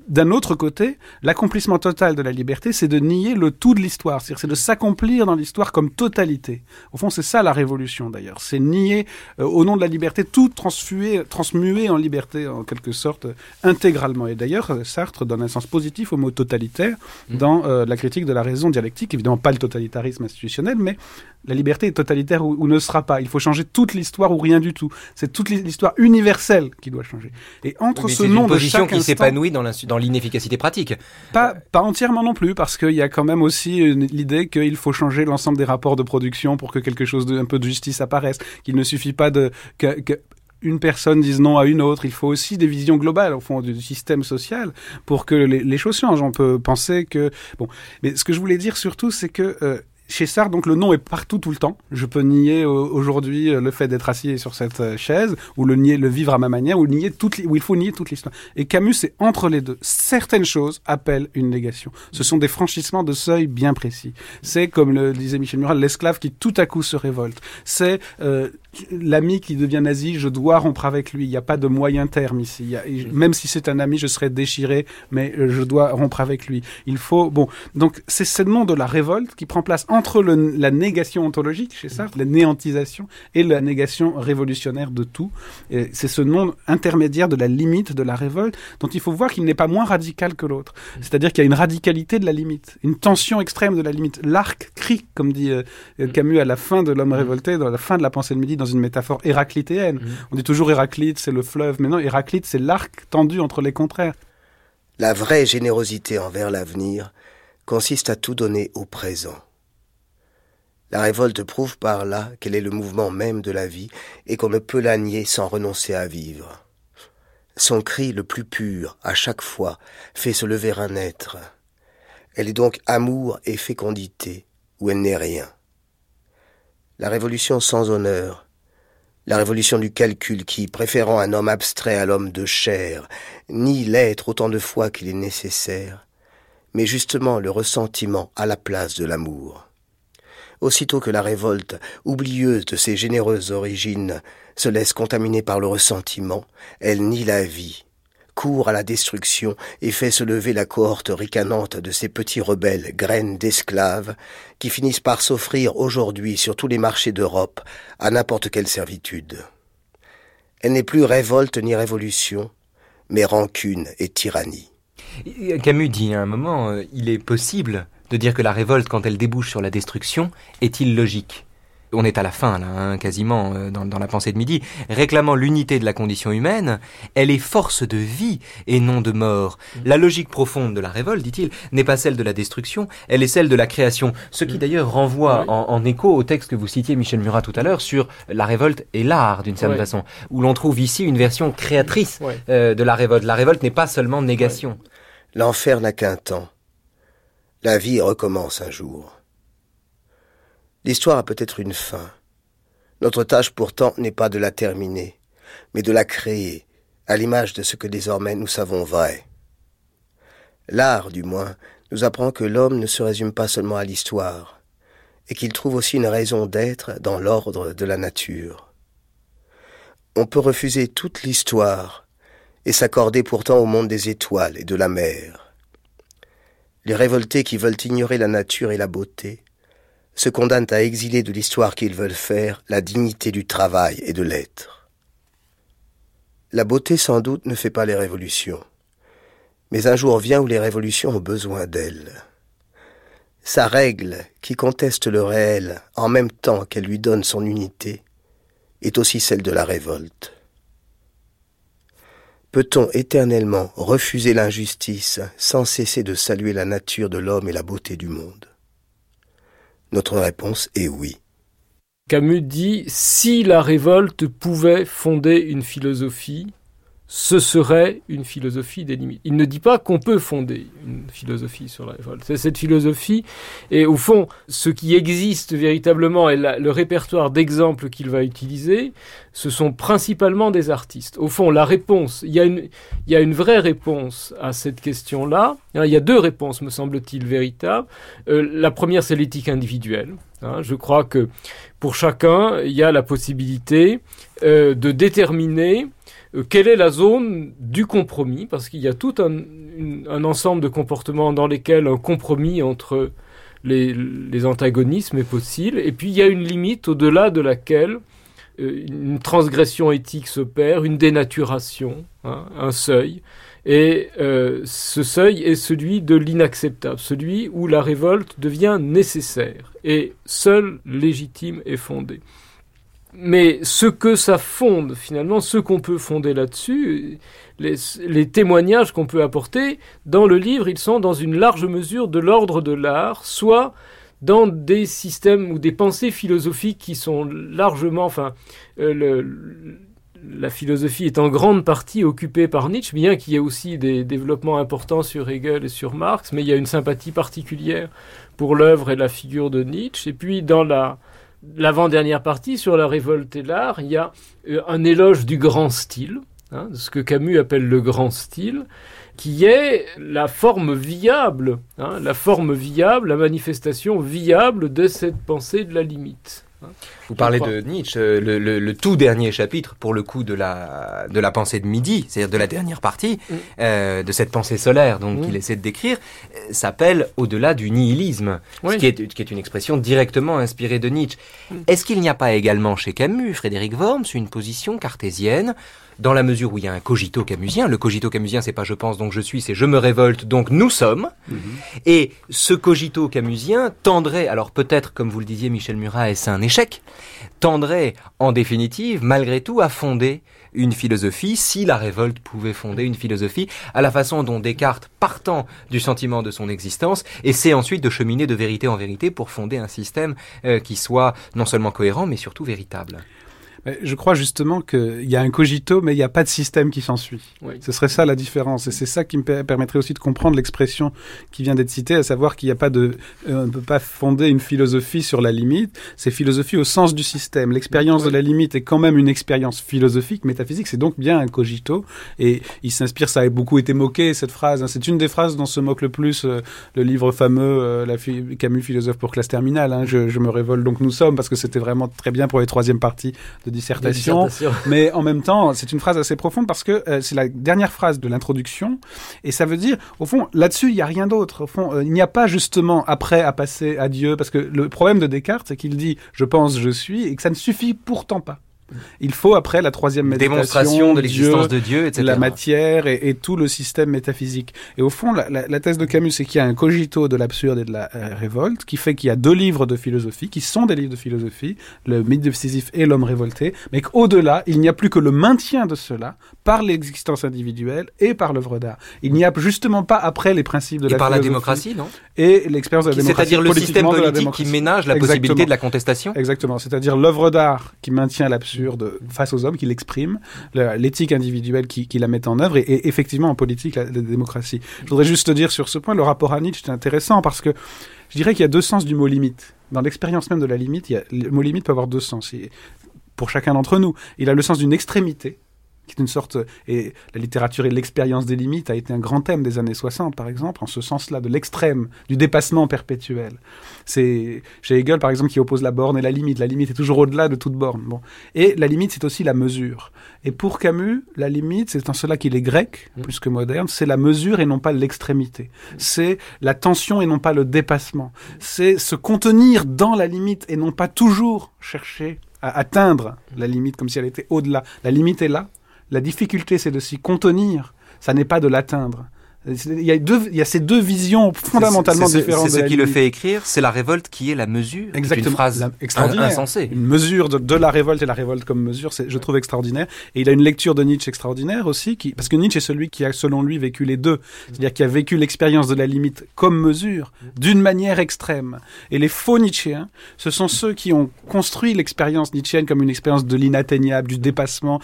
d'un autre côté, l'accomplissement total de la liberté, c'est de nier le tout de l'histoire. C'est-à-dire, c'est de s'accomplir dans l'histoire comme totalité. Au fond, c'est ça la révolution, d'ailleurs. C'est nier, au nom de la liberté, tout transmuer en liberté, en quelque sorte, intégralement. Et d'ailleurs, Sartre donne un sens positif au mot totalitaire dans la critique de la raison dialectique. Évidemment, pas le totalitarisme institutionnel, mais la liberté est totalitaire ou ne sera pas. Il faut changer toute l'histoire ou rien du tout. C'est toute l'histoire universelle qui doit changer. Et entre ce nom de chaque instant... C'est une position qui s'épanouit dans l'inefficacité pratique. Pas entièrement non plus, parce qu'il y a quand même aussi l'idée qu'il faut changer l'ensemble des rapports de production pour que quelque chose un peu de justice apparaisse. Qu'il ne suffit pas que une personne dise non à une autre. Il faut aussi des visions globales, au fond, du système social pour que les choses changent. On peut penser que... Bon, mais ce que je voulais dire surtout, c'est que... chez Sartre, donc, le non est partout, tout le temps. Je peux nier aujourd'hui le fait d'être assis sur cette chaise, ou le vivre à ma manière, ou il faut nier toute l'histoire. Et Camus, c'est entre les deux. Certaines choses appellent une négation. Ce sont des franchissements de seuil bien précis. C'est, comme le disait Michel Murat, l'esclave qui tout à coup se révolte. C'est l'ami qui devient nazi, je dois rompre avec lui. Il n'y a pas de moyen terme ici. Même si c'est un ami, je serai déchiré, mais je dois rompre avec lui. Il faut... Bon, donc c'est ce nom de la révolte qui prend place entre la négation ontologique chez Sartre, la néantisation, et la négation révolutionnaire de tout. Et c'est ce nom intermédiaire de la limite de la révolte dont il faut voir qu'il n'est pas moins radical que l'autre. C'est-à-dire qu'il y a une radicalité de la limite, une tension extrême de la limite. L'arc crie, comme dit Camus à la fin de L'homme révolté, dans la fin de La pensée de midi, dans une métaphore héraclitéenne. On dit toujours Héraclite, c'est le fleuve, mais non, Héraclite, c'est l'arc tendu entre les contraires. La vraie générosité envers l'avenir consiste à tout donner au présent. La révolte prouve par là qu'elle est le mouvement même de la vie et qu'on ne peut la nier sans renoncer à vivre. Son cri le plus pur, à chaque fois, fait se lever un être. Elle est donc amour et fécondité, où elle n'est rien. La révolution sans honneur, la révolution du calcul qui, préférant un homme abstrait à l'homme de chair, nie l'être autant de fois qu'il est nécessaire, mais justement le ressentiment à la place de l'amour. Aussitôt que la révolte, oublieuse de ses généreuses origines, se laisse contaminer par le ressentiment, elle nie la vie, court à la destruction et fait se lever la cohorte ricanante de ces petits rebelles, graines d'esclaves, qui finissent par s'offrir aujourd'hui sur tous les marchés d'Europe à n'importe quelle servitude. Elle n'est plus révolte ni révolution, mais rancune et tyrannie. Camus dit à un moment, il est possible de dire que la révolte, quand elle débouche sur la destruction, est illogique. On est à la fin, là, quasiment, dans la pensée de midi. Réclamant l'unité de la condition humaine, elle est force de vie et non de mort. La logique profonde de la révolte, dit-il, n'est pas celle de la destruction, elle est celle de la création. Ce qui d'ailleurs renvoie en écho au texte que vous citiez, Michel Murat, tout à l'heure, sur la révolte et l'art, d'une certaine façon, où l'on trouve ici une version créatrice de la révolte. La révolte n'est pas seulement négation. L'enfer n'a qu'un temps. La vie recommence un jour. L'histoire a peut-être une fin. Notre tâche pourtant n'est pas de la terminer, mais de la créer, à l'image de ce que désormais nous savons vrai. L'art, du moins, nous apprend que l'homme ne se résume pas seulement à l'histoire, et qu'il trouve aussi une raison d'être dans l'ordre de la nature. On peut refuser toute l'histoire, et s'accorder pourtant au monde des étoiles et de la mer. Les révoltés qui veulent ignorer la nature et la beauté se condamnent à exiler de l'histoire qu'ils veulent faire la dignité du travail et de l'être. La beauté sans doute ne fait pas les révolutions, mais un jour vient où les révolutions ont besoin d'elle. Sa règle, qui conteste le réel en même temps qu'elle lui donne son unité, est aussi celle de la révolte. Peut-on éternellement refuser l'injustice sans cesser de saluer la nature de l'homme et la beauté du monde ? Notre réponse est oui. Camus dit « Si la révolte pouvait fonder une philosophie, ce serait une philosophie des limites. » Il ne dit pas qu'on peut fonder une philosophie sur la révolte. C'est cette philosophie, et au fond, ce qui existe véritablement et le répertoire d'exemples qu'il va utiliser, ce sont principalement des artistes. Au fond, la réponse, il y a une vraie réponse à cette question-là. Il y a deux réponses, me semble-t-il, véritables. La première, c'est l'éthique individuelle. Je crois que pour chacun, il y a la possibilité de déterminer quelle est la zone du compromis, parce qu'il y a toute un ensemble de comportements dans lesquels un compromis entre les antagonismes est possible, et puis il y a une limite au-delà de laquelle une transgression éthique s'opère, une dénaturation, un seuil. Et ce seuil est celui de l'inacceptable, celui où la révolte devient nécessaire et seule légitime et fondée. Mais ce que ça fonde, finalement, ce qu'on peut fonder là-dessus, les témoignages qu'on peut apporter, dans le livre, ils sont dans une large mesure de l'ordre de l'art, soit dans des systèmes ou des pensées philosophiques qui sont largement... La philosophie est en grande partie occupée par Nietzsche, bien qu'il y ait aussi des développements importants sur Hegel et sur Marx, mais il y a une sympathie particulière pour l'œuvre et la figure de Nietzsche. Et puis dans l'avant-dernière partie, sur la révolte et l'art, il y a un éloge du grand style, ce que Camus appelle le grand style, qui est la forme viable, la manifestation viable de cette pensée de la limite. Vous parlez de Nietzsche, le tout dernier chapitre, pour le coup, de la pensée de midi, c'est-à-dire de la dernière partie, de cette pensée solaire qu'il essaie de décrire, s'appelle « Au-delà du nihilisme », ce qui est une expression directement inspirée de Nietzsche. Est-ce qu'il n'y a pas également chez Camus, Frédéric Worms, une position cartésienne, dans la mesure où il y a un cogito camusien? Le cogito camusien, c'est pas « je pense, donc je suis », c'est « je me révolte, donc nous sommes ». Et ce cogito camusien tendrait, alors peut-être, comme vous le disiez Michel Murat, est-ce un échec, tendrait en définitive, malgré tout, à fonder une philosophie, si la révolte pouvait fonder une philosophie, à la façon dont Descartes, partant du sentiment de son existence, essaie ensuite de cheminer de vérité en vérité pour fonder un système qui soit non seulement cohérent, mais surtout véritable. Je crois justement qu'il y a un cogito, mais il n'y a pas de système qui s'ensuit. Oui. Ce serait ça la différence. Et c'est ça qui me permettrait aussi de comprendre l'expression qui vient d'être citée, à savoir qu'il n'y a pas on ne peut pas fonder une philosophie sur la limite. C'est philosophie au sens du système. L'expérience de la limite est quand même une expérience philosophique, métaphysique. C'est donc bien un cogito. Et il s'inspire, ça a beaucoup été moqué, cette phrase. C'est une des phrases dont se moque le plus le livre fameux, Camus, philosophe pour classe terminale. Je me révolte, donc nous sommes, parce que c'était vraiment très bien pour les troisième parties de dissertation, mais en même temps, c'est une phrase assez profonde parce que c'est la dernière phrase de l'introduction et ça veut dire, au fond, là-dessus, il n'y a rien d'autre. Au fond, il n'y a pas justement après à passer à Dieu, parce que le problème de Descartes, c'est qu'il dit « je pense, je suis » et que ça ne suffit pourtant pas. Il faut après la troisième méditation, démonstration de l'existence de Dieu, etc. La matière et tout le système métaphysique. Et au fond, la thèse de Camus, c'est qu'il y a un cogito de l'absurde et de la révolte, qui fait qu'il y a deux livres de philosophie, qui sont des livres de philosophie, le mythe de Sisyphe et l'homme révolté, mais qu'au-delà, il n'y a plus que le maintien de cela par l'existence individuelle et par l'œuvre d'art. Il n'y a justement pas après les principes de la philosophie. Et par la démocratie, non? Et l'expérience de la démocratie. C'est-à-dire le système politique qui ménage la possibilité de la contestation? Exactement. C'est-à-dire l'œuvre d'art qui maintient l'absurde face aux hommes, qui l'exprime, l'éthique individuelle qui la met en œuvre, et effectivement en politique la démocratie. Je voudrais juste te dire sur ce point, le rapport à Nietzsche est intéressant parce que je dirais qu'il y a deux sens du mot limite. Dans l'expérience même de la limite, le mot limite peut avoir deux sens. Pour chacun d'entre nous, il a le sens d'une extrémité, qui est une sorte, et la littérature et l'expérience des limites a été un grand thème des années 60, par exemple, en ce sens-là, de l'extrême, du dépassement perpétuel. C'est chez Hegel, par exemple, qui oppose la borne et la limite. La limite est toujours au-delà de toute borne. Bon. Et la limite, c'est aussi la mesure. Et pour Camus, la limite, c'est en cela qu'il est grec, plus que moderne, c'est la mesure et non pas l'extrémité. C'est la tension et non pas le dépassement. C'est se contenir dans la limite et non pas toujours chercher à atteindre la limite comme si elle était au-delà. La limite est là. La difficulté, c'est de s'y contenir, ça n'est pas de l'atteindre. Il y a ces deux visions fondamentalement différentes. C'est ce qui le fait écrire, c'est la révolte qui est la mesure. Exactement. C'est une phrase extraordinaire. Insensée. Une mesure de la révolte et la révolte comme mesure, je trouve extraordinaire. Et il a une lecture de Nietzsche extraordinaire aussi, parce que Nietzsche est celui qui a, selon lui, vécu les deux. C'est-à-dire qui a vécu l'expérience de la limite comme mesure, d'une manière extrême. Et les faux Nietzschéens, ce sont ceux qui ont construit l'expérience nietzschéenne comme une expérience de l'inatteignable, du dépassement,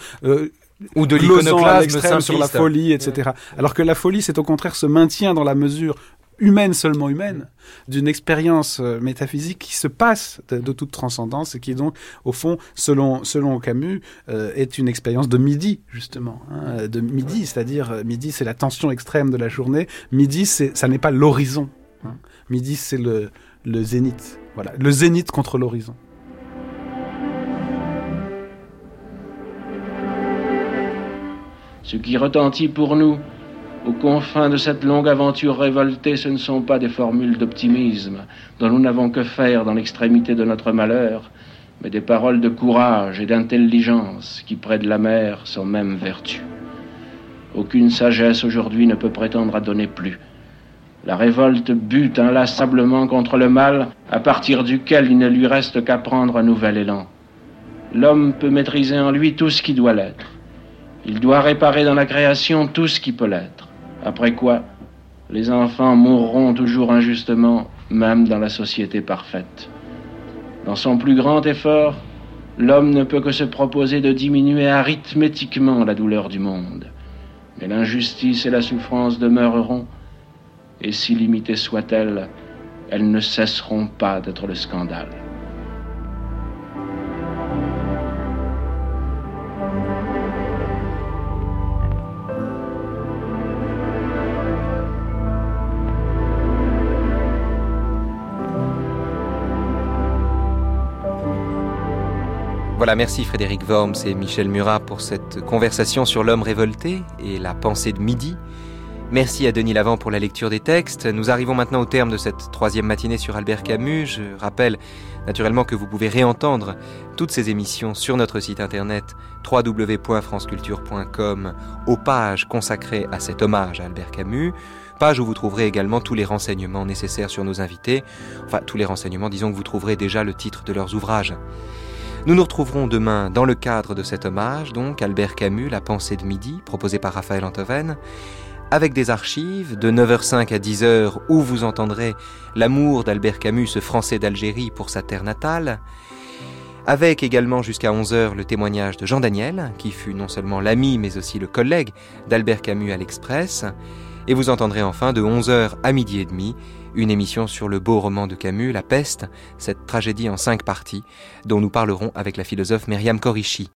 ou de l'iconoclasme simpliste sur la folie, etc. Alors que la folie, c'est au contraire ce maintien dans la mesure humaine, seulement humaine, d'une expérience métaphysique qui se passe de toute transcendance et qui donc, au fond, selon Camus, est une expérience de midi, justement. De midi, c'est-à-dire, midi, c'est la tension extrême de la journée. Midi, ça n'est pas l'horizon. Midi, c'est le zénith. Voilà, le zénith contre l'horizon. Ce qui retentit pour nous Aux confins de cette longue aventure révoltée, ce ne sont pas des formules d'optimisme dont nous n'avons que faire dans l'extrémité de notre malheur, mais des paroles de courage et d'intelligence qui, près de la mer, sont même vertus. Aucune sagesse aujourd'hui ne peut prétendre à donner plus. La révolte bute inlassablement contre le mal, à partir duquel il ne lui reste qu'à prendre un nouvel élan. L'homme peut maîtriser en lui tout ce qui doit l'être. Il doit réparer dans la création tout ce qui peut l'être. Après quoi, les enfants mourront toujours injustement, même dans la société parfaite. Dans son plus grand effort, l'homme ne peut que se proposer de diminuer arithmétiquement la douleur du monde. Mais l'injustice et la souffrance demeureront, et si limitées soient-elles, elles ne cesseront pas d'être le scandale. Voilà, merci Frédéric Worms et Michel Murat pour cette conversation sur l'homme révolté et la pensée de midi. Merci à Denis Lavant pour la lecture des textes. Nous arrivons maintenant au terme de cette 3e matinée sur Albert Camus. Je rappelle naturellement que vous pouvez réentendre toutes ces émissions sur notre site internet www.franceculture.com aux pages consacrées à cet hommage à Albert Camus. Page où vous trouverez également tous les renseignements nécessaires sur nos invités. Enfin, tous les renseignements, disons que vous trouverez déjà le titre de leurs ouvrages. Nous nous retrouverons demain dans le cadre de cet hommage, donc Albert Camus, La pensée de midi, proposé par Raphaël Antoven, avec des archives de 9h05 à 10h où vous entendrez l'amour d'Albert Camus, ce Français d'Algérie pour sa terre natale, avec également jusqu'à 11h le témoignage de Jean Daniel, qui fut non seulement l'ami mais aussi le collègue d'Albert Camus à l'Express, et vous entendrez enfin de 11h à midi et demi une émission sur le beau roman de Camus, La Peste, cette tragédie en 5 parties, dont nous parlerons avec la philosophe Myriam Korishi.